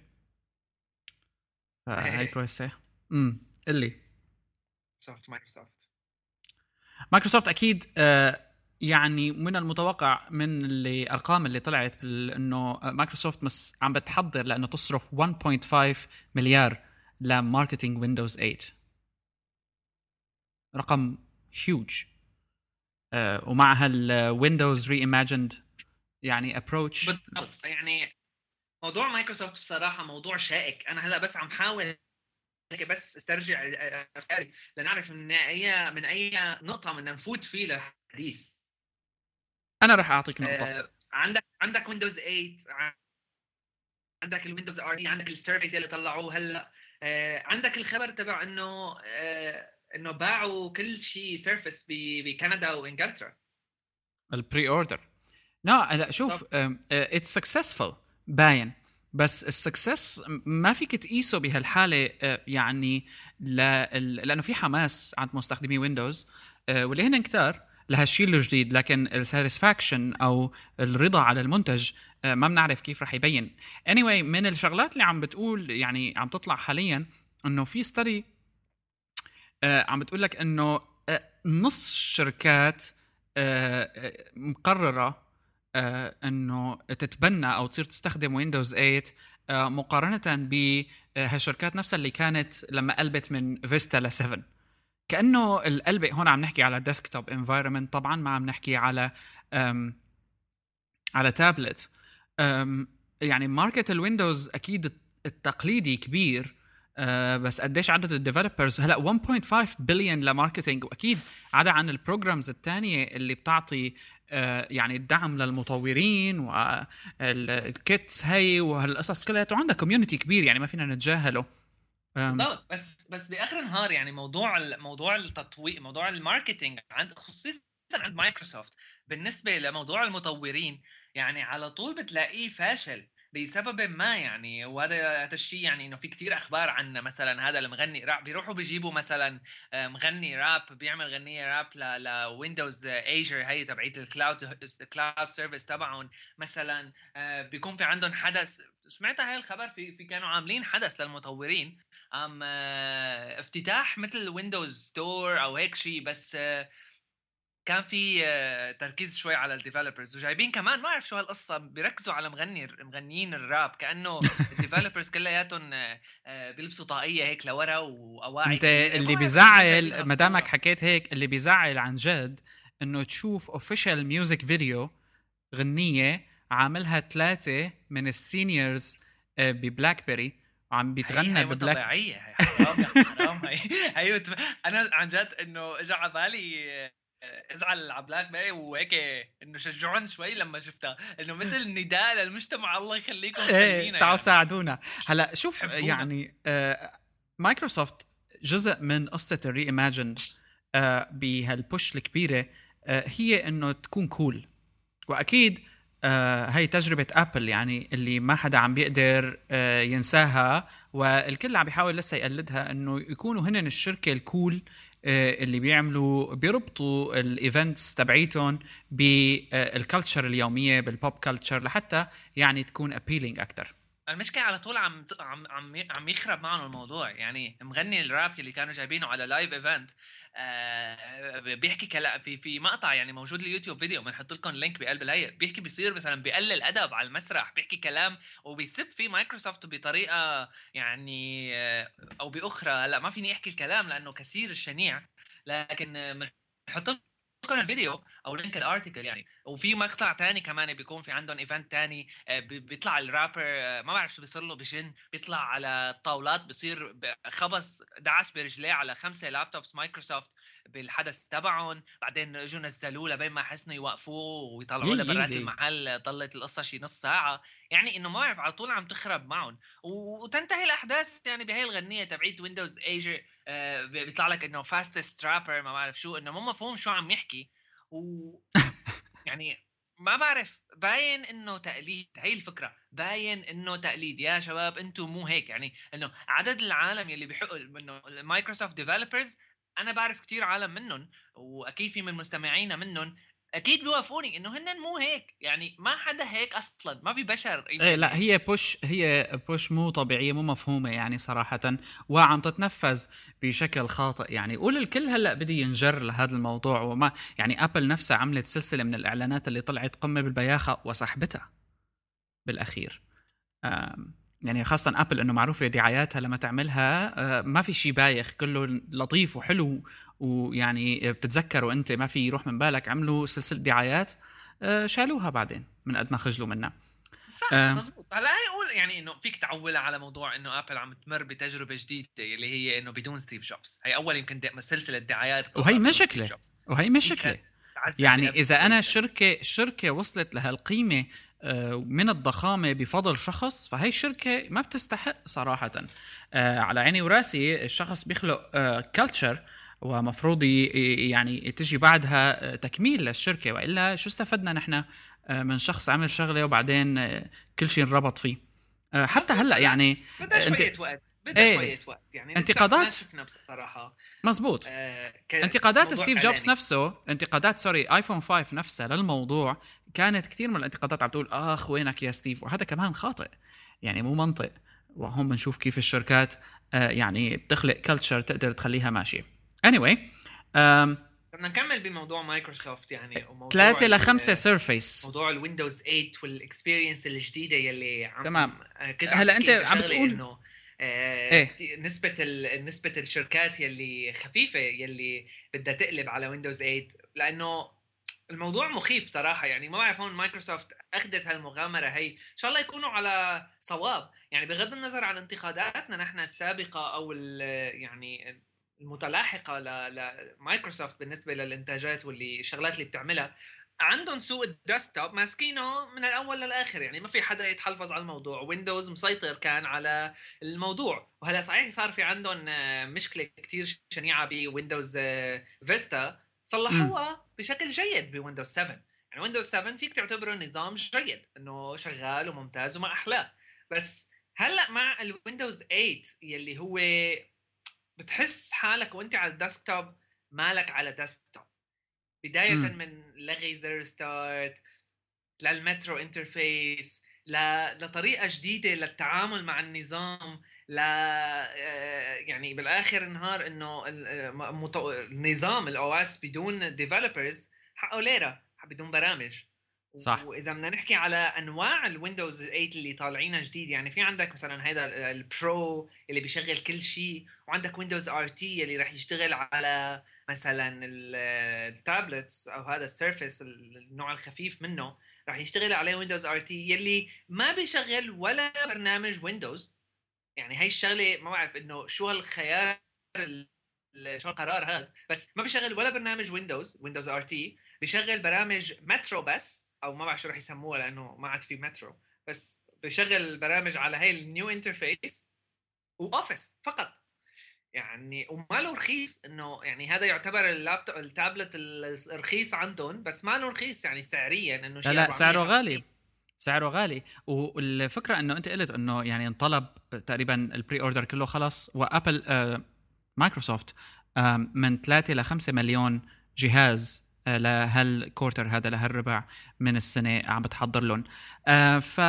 فهي ايه كويسه. امم اللي مايكروسوفت مايكروسوفت مايكروسوفت اكيد آه يعني من المتوقع من الارقام اللي طلعت انه مايكروسوفت مس عم بتحضر لانه تصرف واحد فاصلة خمسة مليار لماركتينج ويندوز ثمانية. رقم هيوج. آه ومع هالويندوز ري ايماجيند يعني ابروتش. بالضبط. يعني موضوع مايكروسوفت بصراحه موضوع شائك. انا هلا بس عم حاول هيك بس استرجع افكاري لنعرف من اي من اي نقطه بدنا نفوت فيه للحديث. انا راح اعطيك نقطه. آه عندك عندك ويندوز ثمانية، عندك الويندوز ار تي، عندك السيرفيس اللي طلعوه هلا، آه عندك الخبر تبع انه آه انه باعوا كل شيء سيرفيس بكندا وانجلترا. البري اوردر لا لا شوف اتس سكسسفul باين، بس السكسس ما فيك تقيسه بهالحاله uh, يعني ل... لانه في حماس عند مستخدمي ويندوز uh, واللي هن كتار لهالشيء الجديد، لكن الساتسفاكشن او الرضا على المنتج uh, ما بنعرف كيف رح يبين. anyway من الشغلات اللي عم بتقول يعني عم تطلع حاليا انه في ستدي uh, عم بتقول لك انه uh, نص الشركات uh, مقرره آه انه تتبنى او تصير تستخدم ويندوز ثمانية آه مقارنه بهالشركات نفسها اللي كانت لما قلبت من فيستا ل سبعة. كانه القلبه هون عم نحكي على ديسكتوب انفايرمنت، طبعا ما عم نحكي على على تابلت. يعني ماركت الويندوز اكيد التقليدي كبير، آه بس قديش عدد الديفلوبرز هلا واحد فاصلة خمسة بليون لماركتينج، واكيد عدا عن البروجرامز الثانيه اللي بتعطي آه يعني الدعم للمطورين والكيتس هي وهالقصص كلها، وعندها كوميونتي كبير يعني ما فينا نتجاهله. بالضبط، بس بس باخر النهار يعني موضوع موضوع التطوير، موضوع الماركتينج عند خصوصا عند مايكروسوفت بالنسبه لموضوع المطورين يعني على طول بتلاقيه فاشل بسبب ما يعني. وهذا هذا الشيء يعني انه في كتير اخبار عن مثلا هذا المغني راب بيروحوا بيجيبوا مثلا مغني راب بيعمل غنيه راب لويندوز ايجر هي تبعت الكلاود كلاود سيرفيس تبعهم مثلا. بيكون في عندهم حدث، سمعت هاي الخبر، في في كانوا عاملين حدث للمطورين ام افتتاح مثل ويندوز ستور او هيك شيء، بس كان في تركيز شوي على الديفلوبرز وجايبين كمان ما اعرف شو هالقصه، بيركزوا على مغني مغنيين الراب كانه الديفلوبرز كلياتهم بيلبسوا طاقيه هيك لورا واواعي. انت اللي بيزعل مدامك حكيت هيك، اللي بيزعل عن جد انه تشوف اوفيشال ميوزك فيديو غنيه عاملها ثلاثه من السينيورز ببلاك بيري وعم بيتغنى ببلاك. طبيعيه هي حرام يا حرام هي هي انا عن جد انه اجى على بالي ازعل على بلاك بيري وهيك انه شجعون شوي لما شفتها، انه مثل نداء للمجتمع الله يخليكم خلينا تعالوا ساعدونا. هلا شوف حبونا. يعني آه مايكروسوفت جزء من قصه الري ايماجن آه بهالبوش الكبيره آه هي انه تكون كول، واكيد آه هاي تجربه ابل يعني اللي ما حدا عم بيقدر آه ينساها، والكل عم بيحاول لسه يقلدها، انه يكونوا هن الشركه الكول اللي بيعملوا بيربطوا الايفنتس تبعيتهم بالكالتشر اليوميه بالبوب كالتشر لحتى يعني تكون ابيلينج اكثر. المشكله على طول عم عم عم عم يخرب معهم الموضوع. يعني مغني الراب اللي كانوا جايبينه على لايف ايفنت آه بيحكي كلا في في مقطع يعني موجود اليوتيوب فيديو بنحط لكم اللينك بقلب الهي، بيحكي بيصير مثلا بيقلل ادب على المسرح، بيحكي كلام وبيسب في مايكروسوفت بطريقه يعني آه او باخرى. هلا ما فيني احكي الكلام لانه كثير الشنيع، لكن بنحط لكم الفيديو او لينك الارتيكل يعني. وفي مقطع تاني كمان بيكون في عندهم ايفنت تاني بيطلع الرابر ما بعرف شو بيصير له بجن، بيطلع على الطاولات بيصير خبص دعس برجليه على خمسه لابتوبس مايكروسوفت بالحدث تبعهم، بعدين اجوا نزلوه لبين ما حسنوا يوقفوه ويطلعوه لبرات المحل، ضلت القصه شي نص ساعه. يعني انه ما بعرف على طول عم تخرب معهم وتنتهي الاحداث يعني بهي الغنيه تبعيت ويندوز ايجر آه بيطلع لك انه فاستست رابر ما بعرف شو، انه مو مفهوم شو عم يحكي و يعني ما بعرف. باين انه تقليد، هي الفكره، باين انه تقليد. يا شباب انتم مو هيك يعني. انه عدد العالم يلي بيحقوا انه مايكروسوفت ديفلوبرز انا بعرف كتير عالم منهم واكيد في من مستمعينا منهم اكيد بيوافقوني انه هن مو هيك. يعني ما حدا هيك اصلا، ما في بشر. إيه لا هي بوش هي بوش مو طبيعيه مو مفهومه يعني صراحه، وعم تتنفذ بشكل خاطئ. يعني قول الكل هلا بدي ينجر لهذا الموضوع، وما يعني ابل نفسها عملت سلسله من الاعلانات اللي طلعت قمه بالبياخه وسحبتها بالاخير. يعني خاصه ابل انه معروفه دعاياتها لما تعملها ما في شيء بايخ، كله لطيف وحلو، ويعني بتتذكروا انت ما في يروح من بالك. عملوا سلسله دعايات شالوها بعدين من قد ما خجلوا منها. صح مزبوط. هلا هي اقول يعني انه فيك تعولها على موضوع انه ابل عم تمر بتجربه جديده اللي هي انه بدون ستيف جوبز. هي اول يمكن سلسله دعايات وهي مشكله وهي مشكله يعني اذا انا الشركه الشركه وصلت لهالقيمه من الضخامه بفضل شخص، فهي الشركه ما بتستحق صراحه. على عيني وراسي الشخص بيخلق كلتشر ومفروض يعني تجي بعدها تكميل للشركه، والا شو استفدنا نحن من شخص عمل شغله وبعدين كل شيء انربط فيه. حتى هلا يعني بدها شويه وقت بدها ايه شويه وقت يعني انتقادات شفنا بصراحه مزبوط. آه انتقادات ستيف جوبز نفسه، انتقادات سوري ايفون خمسة نفسه للموضوع كانت كثير من الانتقادات عم تقول اخ وينك يا ستيف، وهذا كمان خاطئ يعني مو منطق. وهم بنشوف كيف الشركات آه يعني بتخلق كلتشر تقدر تخليها ماشيه. anyway بدنا نكمل بموضوع مايكروسوفت يعني ثلاثة لخمسة سيرفيس، موضوع الويندوز ثمانية والاكسبيرينس الجديده يلي عم تمام. هلا انت عم بتقول انه آه إيه؟ نسبة نسبة الشركات يلي خفيفة يلي بدها تقلب على ويندوز ثمانية، لأنه الموضوع مخيف صراحة. يعني ما بعرف هون مايكروسوفت أخذت هالمغامرة هي، إن شاء الله يكونوا على صواب. يعني بغض النظر عن انتقاداتنا نحن السابقة أو يعني المتلاحقة لمايكروسوفت بالنسبة للإنتاجات واللي الشغلات اللي بتعملها، عندهم سوق الديسكتوب ماسكينه من الأول للآخر. يعني ما في حدا يتحلفظ على الموضوع، ويندوز مسيطر كان على الموضوع. وهلا صحيح صار في عندهم مشكلة كتير شنيعة بويندوز فيستا، صلحوها بشكل جيد بويندوز سبعة. يعني ويندوز سبعة فيك تعتبره نظام جيد انه شغال وممتاز وما احلاه. بس هلا مع الويندوز ثمانية يلي هو بتحس حالك وانت على الديسكتوب مالك على ديسكتوب، بداية م. من لغي زر ستارت للمترو انترفيس لطريقة جديدة للتعامل مع النظام، لا يعني بالاخر النهار انه النظام الاو اس بدون ديفلوبرز حقه ليره بدون برامج. صح. واذا بدنا نحكي على انواع الويندوز ثمانية اللي طالعينها جديد، يعني في عندك مثلا هذا البرو اللي بيشغل كل شيء، وعندك ويندوز ار تي اللي راح يشتغل على مثلا التابلتس او هذا السيرفيس النوع الخفيف منه، راح يشتغل عليه ويندوز ار تي يلي ما بيشغل ولا برنامج ويندوز. يعني هاي الشغله ما بعرف انه شو هالخيار شو القرار هذا، بس ما بيشغل ولا برنامج ويندوز ويندوز ار تي، بيشغل برامج مترو بس، او ما بعرف شو راح يسموها لانه ما عاد في مترو، بس بيشغل برامج على هاي النيو انترفيس واوفيس فقط. يعني وما له رخيص، انه يعني هذا يعتبر اللابتوب التابلت الرخيص عندهم، بس ما له رخيص يعني سعريا انه شيء. لا لا سعره غالي، سعره غالي. والفكرة انه انت قلت انه يعني انطلب تقريبا البري اوردر كله خلص، وابل آه مايكروسوفت آه من ثلاثة لخمسة مليون جهاز آه لهالكورتر هذا لهالربع من السنة عم بتحضر لهم. آه ف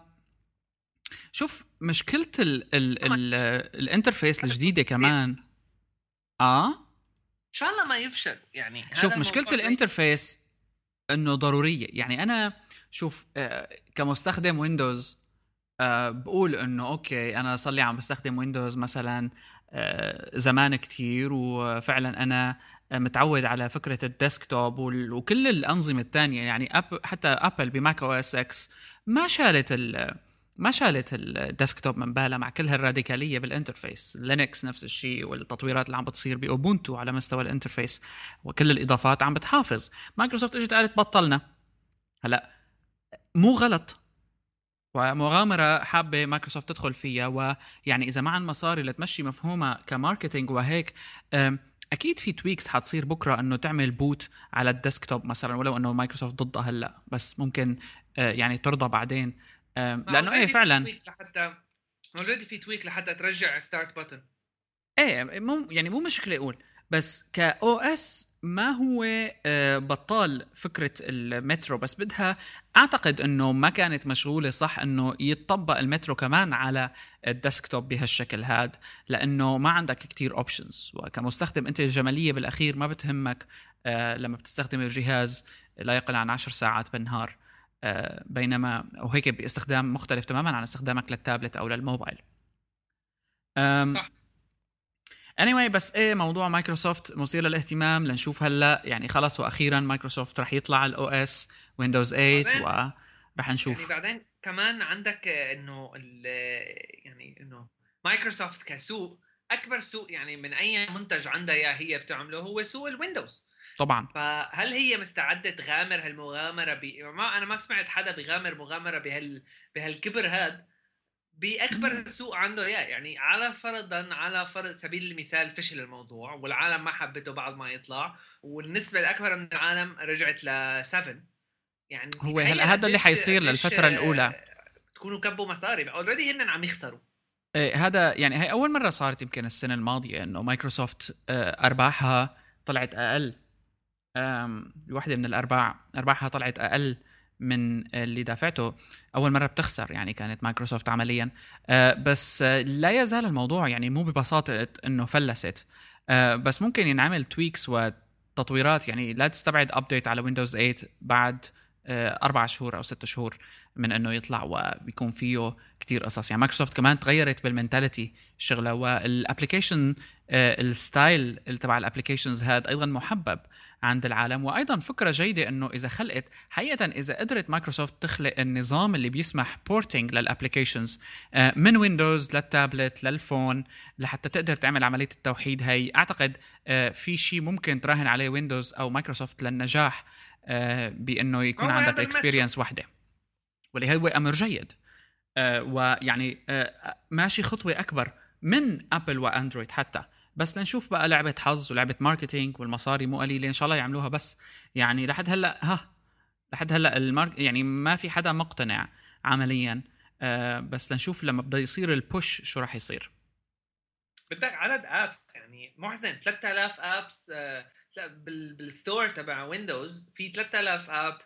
شوف مشكلة ال ال ال الانترفيس الجديدة كمان اه ان شاء الله ما يفشل. يعني شوف مشكلة الانترفيس انه ضرورية. يعني انا شوف آه كمستخدم ويندوز آه بقول انه اوكي انا صلي عم بستخدم ويندوز مثلا آه زمان كتير، وفعلا انا متعود على فكرة الديسكتوب وكل الانظمة الثانية. يعني أب حتى ابل بماك او اس اكس ما شالت ال ما شالت الديسكتوب من بالها مع كل هالراديكالية بالانترفيس. لينكس نفس الشيء، والتطويرات اللي عم بتصير بأوبونتو على مستوى الانترفيس وكل الإضافات عم بتحافظ. مايكروسوفت اجت قالت بطلنا. هلأ مو غلط، ومغامرة حابة مايكروسوفت تدخل فيها، ويعني إذا معن مصاري لتمشي مفهومة كماركتينج وهيك أكيد في تويكس حتصير بكرة أنه تعمل بوت على الديسكتوب مثلا، ولو أنه مايكروسوفت ضدها هلأ، بس ممكن يعني ترضى بعدين لانه ايه فعلا لحتى اوريدي في تويك لحتى ترجع ستارت بutton. ايه مو يعني مو مشكله اقول، بس كاو اس ما هو بطال فكره المترو، بس بدها اعتقد انه ما كانت مشغوله صح انه يتطبق المترو كمان على الديسكتوب بهالشكل هاد، لانه ما عندك كتير اوبشنز. وكمستخدم انت الجماليه بالاخير ما بتهمك لما بتستخدم الجهاز لا يقل عن عشر ساعات بالنهار، بينما وهيك باستخدام مختلف تماما عن استخدامك للتابلت او للموبايل. صح. anyway بس ايه موضوع مايكروسوفت مثير للاهتمام. لنشوف هلا يعني خلص واخيرا مايكروسوفت رح يطلع الاو اس ويندوز ثمانية ورح نشوف. يعني بعدين كمان عندك انه يعني انه مايكروسوفت كسوق اكبر سوق يعني من اي منتج عندها يا هي بتعمله هو سوق الويندوز طبعا. فهل هي مستعده تغامر هالمغامره ب... ما انا ما سمعت حدا بيغامر مغامره بهال بهالكبر هاد باكبر سوق عنده اياه يعني على فرضا على فرض سبيل المثال فشل الموضوع والعالم ما حبته بعد ما يطلع والنسبه الاكبر من العالم رجعت ل سبعة يعني هو تخيل هلا هذا اللي قديش حيصير قديش للفتره الاولى. تكونوا كبوا مصاري اوريدي هن عم يخسروا. إيه هذا يعني هي اول مره صارت يمكن السنه الماضيه انه مايكروسوفت آه، ارباحها طلعت اقل. واحدة من الارباع ارباحها طلعت اقل من اللي دافعته. اول مره بتخسر يعني كانت مايكروسوفت عمليا. آه، بس آه، لا يزال الموضوع يعني مو ببساطه انه فلست. آه، بس ممكن ينعمل تويكس وتطويرات يعني لا تستبعد ابديت على ويندوز ثمانية بعد آه، أربع شهور أو ست شهور من إنه يطلع وبيكون فيه كتير قصص. يعني مايكروسوفت كمان تغيرت بالمنتاليتي الشغلة والابليكيشن الستايل اللي تبع الابليكيشنز هاد أيضا محبب عند العالم. وأيضا فكرة جيدة إنه إذا خلقت حقيقة إذا قدرت مايكروسوفت تخلق النظام اللي بيسمح بورتينج للابليكيشنز من ويندوز للتابلت للفون لحتى تقدر تعمل عملية التوحيد هاي، أعتقد في شيء ممكن تراهن عليه ويندوز أو مايكروسوفت للنجاح بأنه يكون عندك اكسبيرينس واحدة، واللي هو أمر جيد. آه ويعني آه ماشي خطوة أكبر من أبل وأندرويد حتى، بس لنشوف بقى لعبة حظ ولعبة ماركتينج والمصاري مو قليلة إن شاء الله يعملوها. بس يعني لحد هلأ ها لحد هلأ المارك يعني ما في حدا مقتنع عمليا. آه بس لنشوف لما بدأ يصير البوش شو راح يصير. بدك عدد ابس يعني محزن ثلاثة آلاف ابس آه بالستور تبع ويندوز في ثلاثة آلاف اب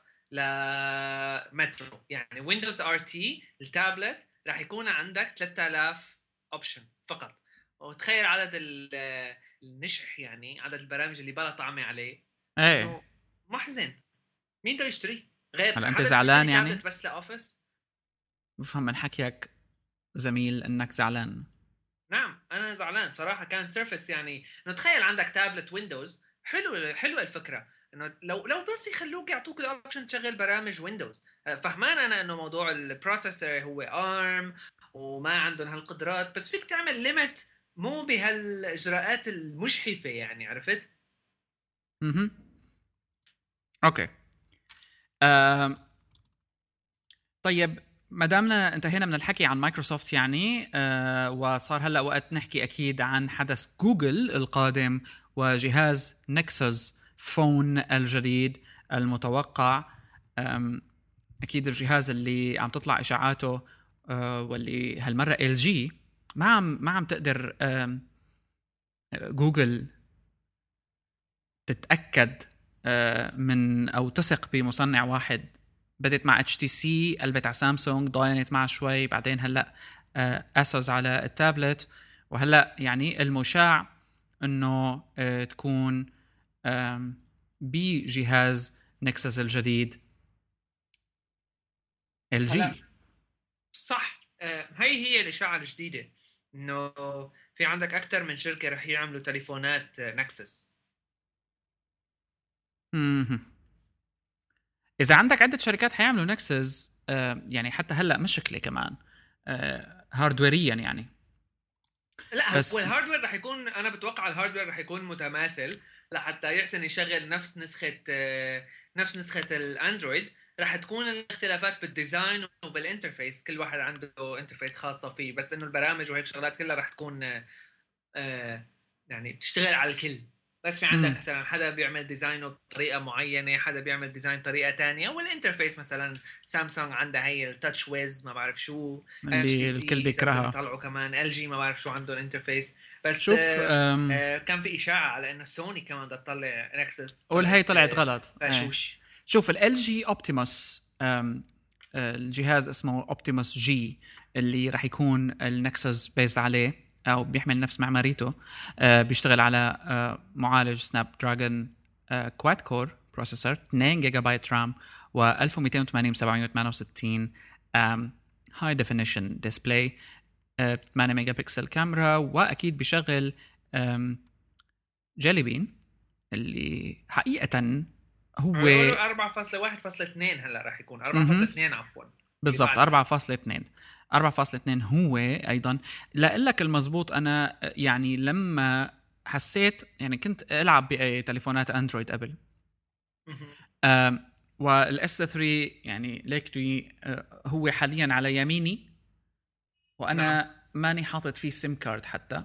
لمترو يعني ويندوز ار تي التابلت راح يكون عندك ثلاثة آلاف اوبشن فقط. وتخيل عدد النشح يعني عدد البرامج اللي بلا طعمه عليه. ايه محزن. مين بده يشتري غير هلا انت زعلان يعني بس لاوفيس؟ بفهم من حكيك زميل انك زعلان. نعم انا زعلان صراحه. كان سيرفس يعني نتخيل عندك تابلت ويندوز حلو حلوه الفكره انه لو لو بس يخلوك يعطوك الاوبشن تشغل برامج ويندوز. فهمان انا انه موضوع البروسيسور هو ارم وما عندهم هالقدرات، بس فيك تعمل ليميت مو بهالاجراءات المجحفه يعني عرفت. اها اوكي. أه... طيب ما دامنا انتهينا من الحكي عن مايكروسوفت يعني أه وصار هلا وقت نحكي اكيد عن حدث جوجل القادم وجهاز نكسس فون الجديد المتوقع. اكيد الجهاز اللي عم تطلع اشاعاته أه واللي هالمره ال جي ما عم ما عم تقدر جوجل تتاكد أه من او تثق بمصنع واحد. بدت مع اتش تي سي، قلبت على سامسونج، ضاينت معه شوي، بعدين هلا اسوس على التابلت، وهلا يعني المشاع انه تكون بجهاز نكسس الجديد ال جي. صح. هاي هي الاشاعه الجديده انه في عندك اكثر من شركه رح يعملوا تليفونات نكسس. امم إذا عندك عدة شركات حيعملوا نكسس آه يعني حتى هلأ مشكلة كمان آه هاردويريا يعني. لا بس هو الهاردوير رح يكون أنا بتوقع الهاردوير رح يكون متماثل لحتى يحسن يشغل نفس نسخة آه نفس نسخة الأندرويد. رح تكون الاختلافات بالديزاين وبالانترفيس، كل واحد عنده انترفيس خاصة فيه، بس إنه البرامج وهيك شغلات كلها رح تكون آه آه يعني بتشتغل على الكل. بس في عندك مثلا حدا بيعمل ديزاينه بطريقه معينه، حدا بيعمل ديزاين طريقه تانية، والانترفيس مثلا سامسونج عندها هي التاتش ويز ما بعرف شو اللي الكل بيكرهها، طلعوا كمان ال جي ما بعرف شو عندهم انترفيس. بس شوف آه آه كان في اشاعه على انه سوني كمان بدها تطلع نكسس، والهي طلعت غلط. فشوش. شوف ال جي اوبتيموس الجهاز اسمه اوبتيموس جي اللي راح يكون النكسس بيز عليه أو بيحمل نفس معماريته. آه بيشتغل على آه معالج سناب دراجون آه كواد كور بروسيسور، اثنين جيجا بايت رام، و1280 بسبعمية وثمانية وستين هاي ديفينيشن ديسبلاي، ثمانية ميجا بكسل كاميرا، وأكيد بيشغل جيلي بين اللي حقيقة هو أربعة فاصلة واحد فاصلة اثنين. هلا راح يكون أربعة فاصلة اثنين عفوا بالضبط أربعة فاصلة اثنين. أربعة فاصلة اثنين هو أيضا. لأقلك المزبوط أنا يعني لما حسيت يعني كنت ألعب بتليفونات أندرويد قبل والاس ثلاثة يعني ليكري هو حاليا على يميني وأنا نعم. ماني حاطط فيه سيم كارد حتى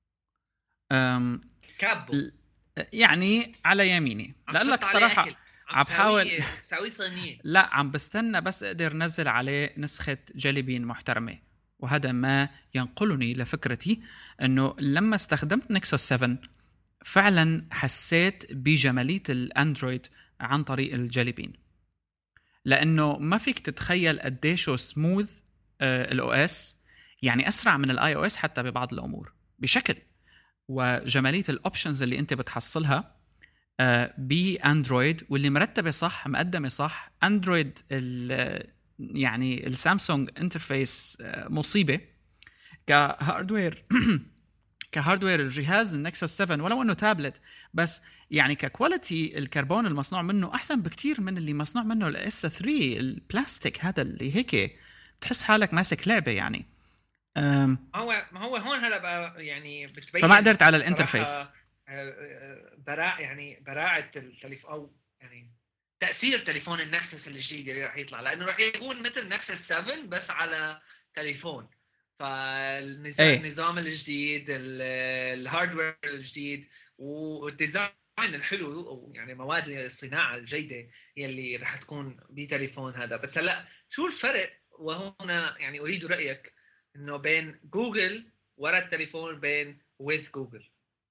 كابو يعني على يميني. لأقلك صراحة عم بحاول سوي صينية لا عم بستنى بس اقدر نزل عليه نسخة جيلي بين محترمة. وهذا ما ينقلني لفكرتي انه لما استخدمت نكسوس سبعة فعلا حسيت بجمالية الاندرويد عن طريق الجيلي بين لانه ما فيك تتخيل قديشو سموث آه الاو اس يعني اسرع من الاي او اس حتى ببعض الامور بشكل. وجمالية الاوبشنز اللي انت بتحصلها باندرويد واللي مرتبه صح مقدمه صح. اندرويد يعني السامسونج انترفيس مصيبه كهاردوير كهاردوير الجهاز النكسس سبعة ولو انه تابلت بس يعني ككواليتي الكربون المصنوع منه احسن بكتير من اللي مصنوع منه الاس ثلاثة البلاستيك هذا اللي هيك بتحس حالك ماسك لعبه يعني. ما هو ما هو هون هلا بقى يعني بتبين فما قدرت على الانترفيس براء يعني براعة التليفون أو يعني تأثير تليفون النكسس الجديد اللي راح يطلع لأنه راح يكون مثل نكسس سبعة بس على تليفون. فالنظام ايه؟ النظام الجديد الهاردوير الجديد والديزاين الحلو يعني مواد الصناعة الجيدة هي اللي راح تكون بتليفون هذا. بس هلا شو الفرق وهنا يعني أريد رأيك إنه بين جوجل ورا التليفون بين with جوجل.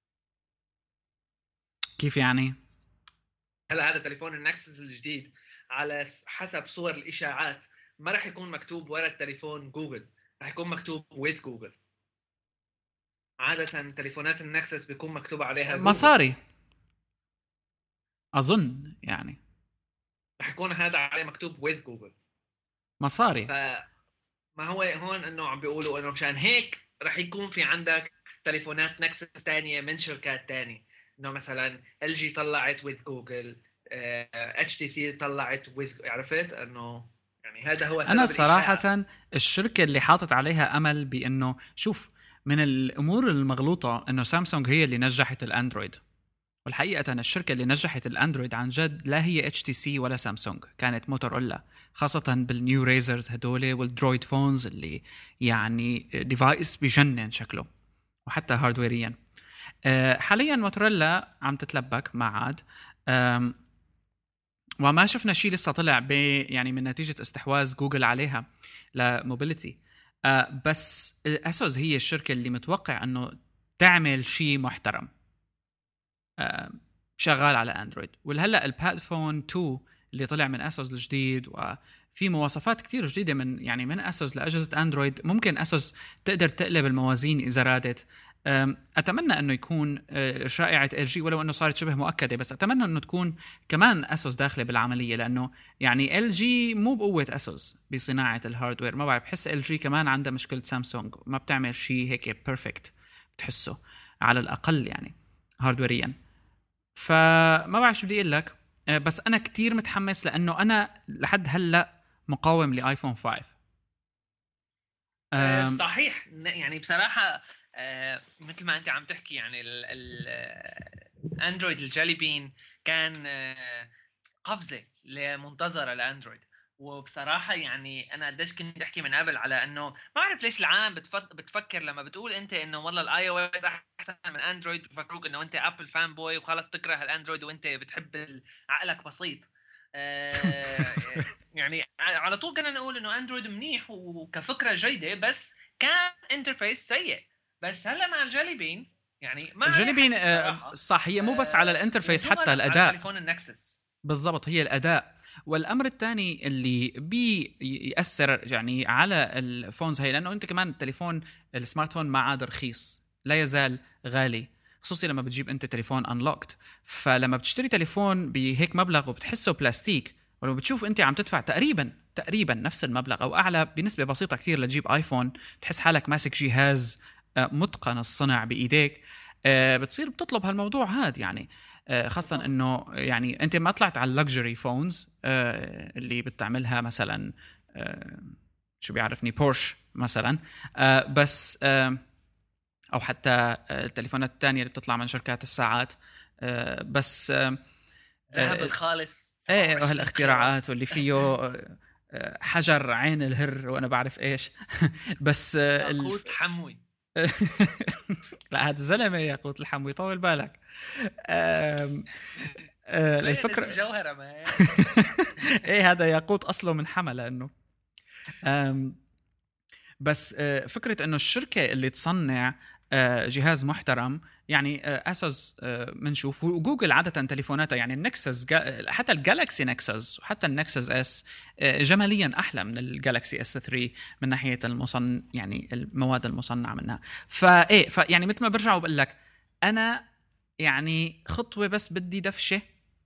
كيف يعني؟ هلا هذا تليفون النكسس الجديد على حسب صور الإشاعات ما راح يكون مكتوب ورا التليفون جوجل راح يكون مكتوب with جوجل. عادة تليفونات النكسس بيكون مكتوب عليها جوجل. مصاري أظن يعني راح يكون هذا عليه مكتوب with جوجل مصاري. فما هو هون إنه عم بيقولوا إنه مشان هيك راح يكون في عندك تليفونات نكسس تانية من شركات تانية إنه مثلاً إل جي طلعت with جوجل اتش تي سي طلعت with عرفت إنه يعني هذا هو أنا صراحة الشركة اللي حاطت عليها أمل بأنه شوف من الأمور المغلوطة إنه سامسونج هي اللي نجحت الأندرويد. والحقيقة الشركة اللي نجحت الأندرويد عن جد لا هي اتش تي سي ولا سامسونج كانت موتورولا خاصة بالنيو ريزرز هدول والدرويد فونز اللي يعني ديفايس بجنن شكله وحتى هاردويريا. حاليا موتورولا عم تتلبك ما عاد وما شفنا شيء لسه طلع ب يعني من نتيجة استحواذ جوجل عليها لموبيليتي. بس أسوس هي الشركة اللي متوقع أنه تعمل شيء محترم شغال على أندرويد. والهلأ الباد فون اثنين اللي طلع من أسوس الجديد وفي مواصفات كتير جديدة من يعني من أسوس لأجهزة أندرويد ممكن أسوس تقدر تقلب الموازين إذا رادت. أتمنى أنه يكون شائعة إل جي ولو أنه صارت شبه مؤكدة بس أتمنى أنه تكون كمان أسوس داخلة بالعملية لأنه يعني إل جي مو بقوة أسوس بصناعة الهاردوير. ما بعرف بحس إل جي كمان عندها مشكلة سامسونج ما بتعمل شيء هيك بيرفكت بتحسه على الأقل يعني هاردويريا. فما بعرف شو بدي أقول لك بس أنا كتير متحمس لأنه أنا لحد هلأ مقاوم لآيفون خمسة. صحيح يعني بصراحة آه، مثل ما أنت عم تحكي يعني الأندرويد الجيلي بين كان آه، قفزة لمنتظرة لأندرويد. وبصراحة يعني أنا قديش كنت أحكي من قبل على أنه ما أعرف ليش العالم بتفكر لما بتقول أنت أنه والله الآي أو إس أحسن من أندرويد بفكروك أنه أنت أبل فان بوي وخلاص بتكره الأندرويد وأنت بتحب عقلك بسيط. آه يعني على طول كنا نقول أنه أندرويد منيح وكفكرة جيدة بس كان انترفيس سيء. بس هلا مع الجيلي بين يعني ما الجيلي بين آه صح هي مو بس على الانترفيس حتى الاداء على تليفون النكسس بالضبط هي الاداء. والامر الثاني اللي بيأثر يعني على الفونز هي لانه انت كمان التليفون السمارت فون ما عاد رخيص لا يزال غالي خصوصي لما بتجيب انت تليفون انلوكت. فلما بتشتري تليفون بهيك مبلغ وبتحسه بلاستيك ولما بتشوف انت عم تدفع تقريبا تقريبا نفس المبلغ او اعلى بنسبه بسيطه كثير لتجيب ايفون بتحس حالك ماسك جهاز متقن الصنع بايديك. بتصير بتطلب هالموضوع هاد يعني خاصه انه يعني انت ما طلعت على اللكجري فونز اللي بتعملها مثلا شو بيعرفني بورش مثلا. آه بس آه او حتى التليفونات الثانيه اللي بتطلع من شركات الساعات. آه بس آه ذهب الخالص. ايه هالاختراعات واللي فيه حجر عين الهر وانا بعرف ايش. بس ياقوت حموي. لا هذا زلمه ياقوت الحموي طول بالك. الفكره جوهره ما ايه هذا ياقوت اصله من حما لانه بس فكره انه الشركه اللي تصنع جهاز محترم يعني اسوس منشوف وجوجل عاده تليفوناتها يعني النكسس حتى الجالكسي نكسس وحتى النكسس اس جماليا احلى من الجالكسي اس ثري من ناحيه المصنع يعني المواد المصنعه منها. فايه فيعني مثل ما برجع وبقول لك انا يعني خطوه بس بدي دفشه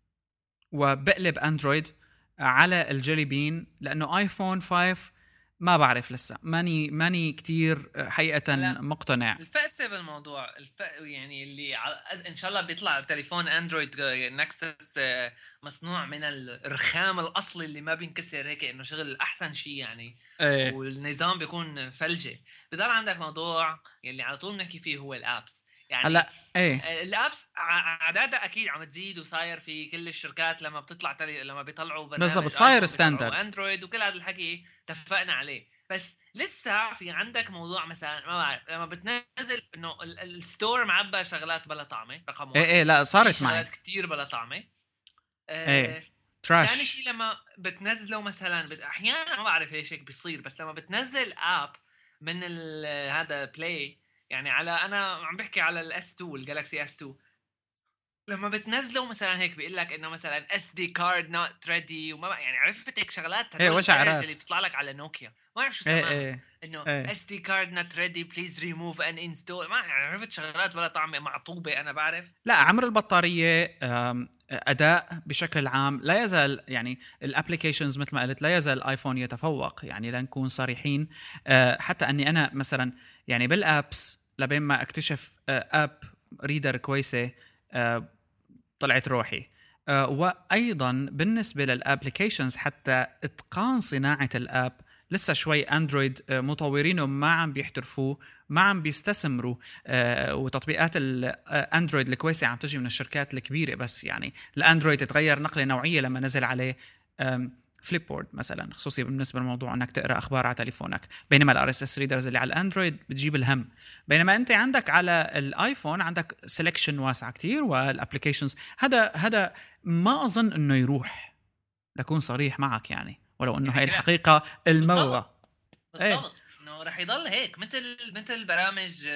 وبقلب اندرويد على الجيلي بين لانه ايفون خمسة ما بعرف لسه ماني ماني كتير حقيقة مقتنع. الفأسة بالموضوع الف... يعني اللي إن شاء الله بيطلع تليفون أندرويد نكسس مصنوع من الرخام الأصلي اللي ما بينكسر هيك إنه شغل أحسن شيء يعني ايه. والنظام بيكون فلجة. بضل عندك موضوع اللي على طول نحكي فيه هو الأبس يعني هلا ايه الابس عددها اكيد عم تزيد وصاير في كل الشركات لما بتطلع تلي... لما بيطلعوا برنامج بالضبط صاير ستاندرد اندرويد وكل هذا الحكي اتفقنا عليه. بس لسه في عندك موضوع مثلا ما بعرف لما بتنزل انه الستور معبى شغلات بلا طعمه رقم واحد. ايه ايه لا صارت معي شغلات كتير بلا طعمه. ايه تراش. ثاني شيء لما بتنزله مثلا بت... احيانا ما بعرف ليش هيك بيصير بس لما بتنزل اب من ال... هذا بلاي يعني على انا عم بحكي على الاس تو الجالكسي اس تو لما بتنزله مثلا هيك بيقول لك انه مثلا اس دي كارد نوت ريدي وما يعني عرفت هيك شغلات ايه وجع راس اللي بتطلع لك على نوكيا ما اعرف شو اسمها ايه ايه انه اس دي كارد نوت ريدي بليز ريموف ان انستول ما يعني عرفت شغلات ولا طعمه معطوبه. انا بعرف لا عمر البطاريه اداء بشكل عام لا يزال يعني الابليكيشنز مثل ما قلت لا يزال الايفون يتفوق يعني لنكون صريحين. حتى اني انا مثلا يعني بالابس لبين ما اكتشف اب ريدر كويسه طلعت روحي. وايضا بالنسبه للابليكيشنز حتى اتقان صناعه الاب لسه شوي اندرويد مطورينه ما عم بيحترفوه ما عم بيستثمروا. وتطبيقات الاندرويد الكويسه عم تجي من الشركات الكبيره بس يعني الاندرويد تغير نقله نوعيه لما نزل عليه فليب بورد مثلا خصوصي بالنسبه للموضوع انك تقرا اخبار على تليفونك بينما الار اس اس ريدرز اللي على الاندرويد بتجيب الهم بينما انت عندك على الايفون عندك سيلكشن واسعه كتير والابليكيشنز هذا هذا ما اظن انه يروح لكون صريح معك يعني ولو انه هاي الحقيقه الموضوع بالضبط انه راح يضل هيك مثل مثل برامج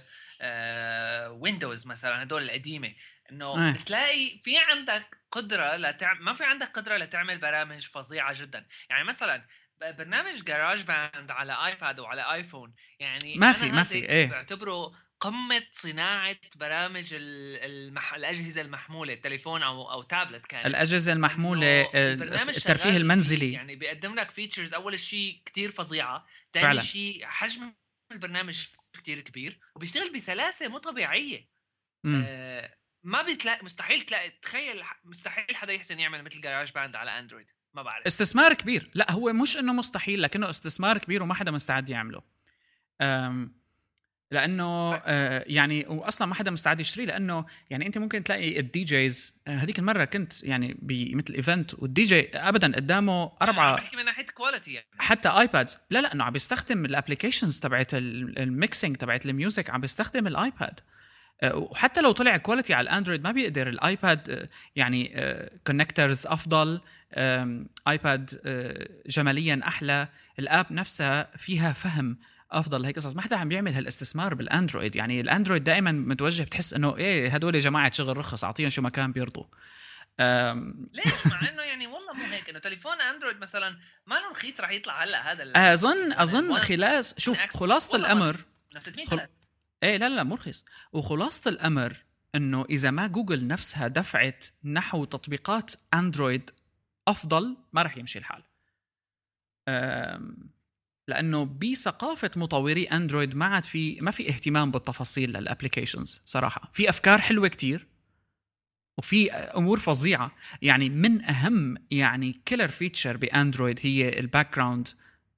ويندوز مثلا هدول القديمه انه ايه. بتلاقي في عندك قدره لتعمل ما في عندك قدره لتعمل برامج فظيعه جدا يعني مثلا برنامج جراج باند على ايباد وعلى ايفون يعني ما في ما في ايه بعتبره قمه صناعه برامج المح... الاجهزه المحموله التليفون او او تابلت كان الاجهزه المحموله الترفيه المنزلي يعني بيقدم لك فيتشرز اول شيء كتير فظيعه ثاني شيء حجم البرنامج كتير كبير وبيشتغل بسلاسه مو طبيعيه. آه ما بتلاقي مستحيل تلاقي تخيل مستحيل حدا يحسن يعمل مثل جراج باند على اندرويد ما بعرف استثمار كبير لا هو مش انه مستحيل لكنه استثمار كبير وما حدا مستعد يعمله. أم لانه آه يعني واصلا ما حدا مستعد يشتري لانه يعني انت ممكن تلاقي الدي جيز هذيك المره كنت يعني بمثل ايفنت والدي جي ابدا قدامه اربعه بحكي من ناحيه كواليتي يعني حتى ايبادز لا لا انه عم بيستخدم الابليكيشنز تبعت الميكسينج تبعت الميوزك عم بيستخدم الايباد وحتى لو طلع كواليتي على الاندرويد ما بيقدر الايباد يعني كونكترز افضل ايباد جماليا احلى الاب نفسها فيها فهم افضل هيك قصص ما حدا عم بيعمل هالاستثمار بالاندرويد يعني الاندرويد دائما متوجه بتحس انه ايه هدول جماعه شغل رخص اعطيهم شو مكان بيرضوا. ليش مع انه يعني والله مو هيك انه تليفون اندرويد مثلا ما له رخيص راح يطلع هلا هذا اظن اظن خلاص شوف خلاصه الامر خل... ايه لا لا مو رخيص وخلاصه الامر انه اذا ما جوجل نفسها دفعت نحو تطبيقات اندرويد افضل ما راح يمشي الحال. أم... لانه بثقافه مطوري اندرويد ما عاد في ما في اهتمام بالتفاصيل للابليكيشنز صراحه في افكار حلوه كتير وفي امور فظيعه يعني من اهم يعني كيلر فيتشر باندرويد هي الباك جراوند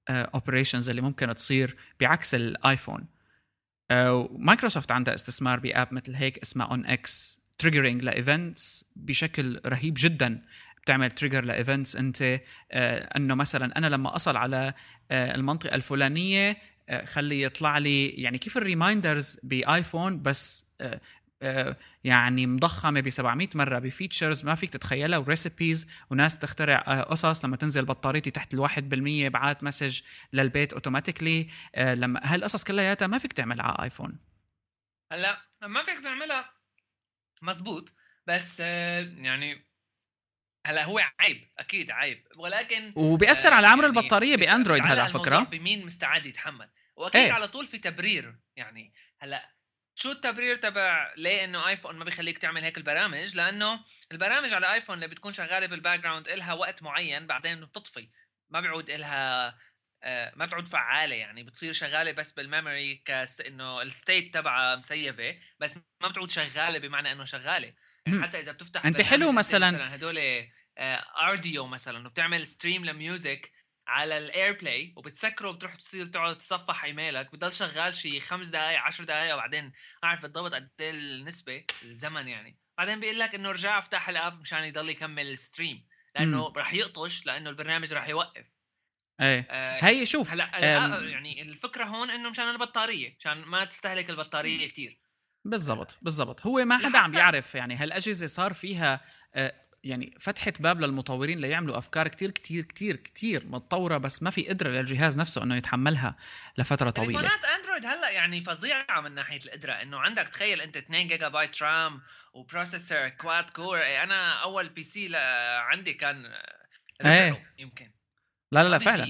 اوبريشنز اللي ممكن تصير بعكس الايفون. مايكروسوفت عندها استثمار باب مثل هيك اسمها اون اكس تريجرينج لايفنتس بشكل رهيب جدا. بتعمل تريجر لايفنتس انت آه انه مثلا انا لما اصل على آه المنطقه الفلانيه آه خلي يطلع لي يعني كيف الريمايندرز بايفون بس آه آه يعني مضخمه ب سبعمية مره بفيتشرز ما فيك تتخيلها وريسيبيز وناس تخترع آه قصص لما تنزل بطاريتي تحت الواحد بالمية بعت مسج للبيت اوتوماتيكلي. آه لما هالقصص كلها ما فيك تعملها على ايفون. هلا ما فيك تعملها مزبوط بس آه يعني هلا هو عيب اكيد عيب ولكن وبيأثر آه على عمر يعني البطاريه باندرويد هذا على فكره بمين مستعد يتحمل واكيد ايه. على طول في تبرير. يعني هلا شو التبرير تبع ليه انه ايفون ما بيخليك تعمل هيك البرامج؟ لانه البرامج على ايفون اللي بتكون شغاله بالباك جراوند إلها وقت معين بعدين بتطفي ما بيعود إلها آه ما بتعود فعاله يعني بتصير شغاله بس بالميموري كاس انه الستيت تبعها مسيفه بس ما بتعود شغاله بمعنى انه شغاله. يعني حتى اذا بتفتح انت حلو مثلا مثلا هدول ارديو مثلا وبتعمل ستريم لميوزك على الاير بلاي وبتسكره وبتروح تصير تقعد تصفح ايميلك بضل شغال شي خمس دقائق عشر دقائق وبعدين اعرف بالضبط قد ايه النسبه الزمن يعني بعدين بيقول لك انه رجع افتح الاب مشان يضل يكمل الستريم لانه راح يطش لانه البرنامج راح يوقف. ايه آه هي شوف هلا يعني الفكره هون انه مشان البطاريه مشان ما تستهلك البطاريه كتير. بالضبط بالضبط. هو ما حدا عم بيعرف يعني هالاجهزه صار فيها آه يعني فتحت باب للمطورين ليعملوا أفكار كتير كتير كتير كتير متطورة بس ما في قدرة للجهاز نفسه أنه يتحملها لفترة طويلة. تليفونات أندرويد هلأ يعني فظيعة من ناحية القدرة إنه عندك تخيل أنت اثنين جيجا بايت رام وبروسيسور كواد كور. أنا أول بي سي عندي كان ربعه يمكن. لا لا لا فعلا.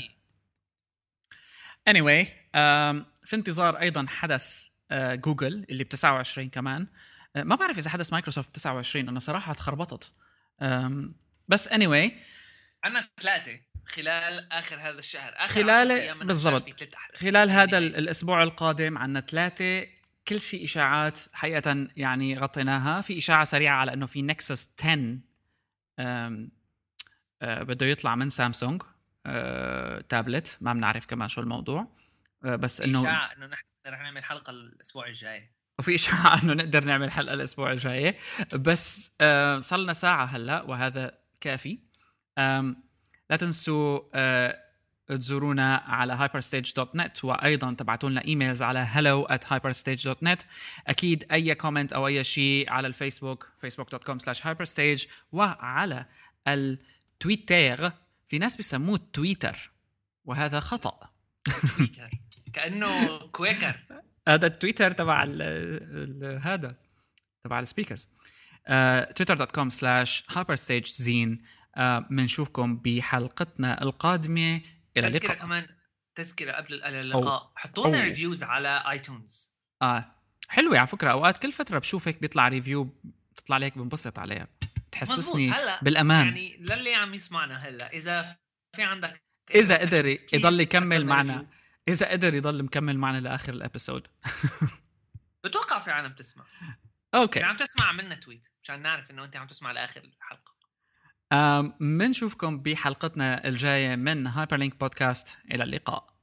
anyway في انتظار أيضا حدث جوجل اللي بتسعة وعشرين كمان. ما بعرف إذا حدث مايكروسوفت تسعة وعشرين أنا صراحة تخربطت. بس anyway عنا ثلاثة خلال آخر هذا الشهر آخر خلال بالضبط خلال هذا الأسبوع القادم عنا ثلاثة كل شيء إشاعات حقيقة يعني غطيناها. في إشاعة سريعة على أنه في نكسس عشرة أم أه بده يطلع من سامسونج أه تابلت ما بنعرف كمان شو الموضوع أه بس إنه إشاعة إنه نحن رح نعمل حلقة الأسبوع الجاي وفي إشاعة إنه نقدر نعمل حلقة الأسبوع الجاي بس أه صلنا ساعة هلأ وهذا كافي. لا تنسوا أه تزورونا على hyperstage دوت net وأيضا تبعتوا لنا إيميلز على hello at hyperstage دوت net. أكيد أي كومنت أو أي شيء على الفيسبوك facebook دوت com slash hyperstage وعلى التويتر في ناس بيسموه تويتر وهذا خطأ. تويتر كأنه كويكر. هذا التويتر تبع ال ال هذا تبع السبيكرز. تويتر دوت com slash hyperstage zine. منشوفكم بحلقتنا القادمة. إلى اللقاء. تذكرة كمان تذكرة قبل اللقاء حطوا لنا ريفيوز على ايتونز. اه حلوة على فكرة. أوقات كل فترة بشوفك بيطلع ريفيو تطلع لي هيك بنبسط عليها تحسسني بالأمان. يعني للي عم يسمعنا هلا إذا في عندك إذا قدر يضل يكمل معنا إذا قدر يضل مكمل معنا لآخر الأبيسود. بتوقع في عالم تسمع. أوكي عم تسمع منا تويت مشان نعرف إنه أنت عم تسمع لآخر الحلقة. منشوفكم بحلقتنا الجاية من هايبرلينك بودكاست. إلى اللقاء.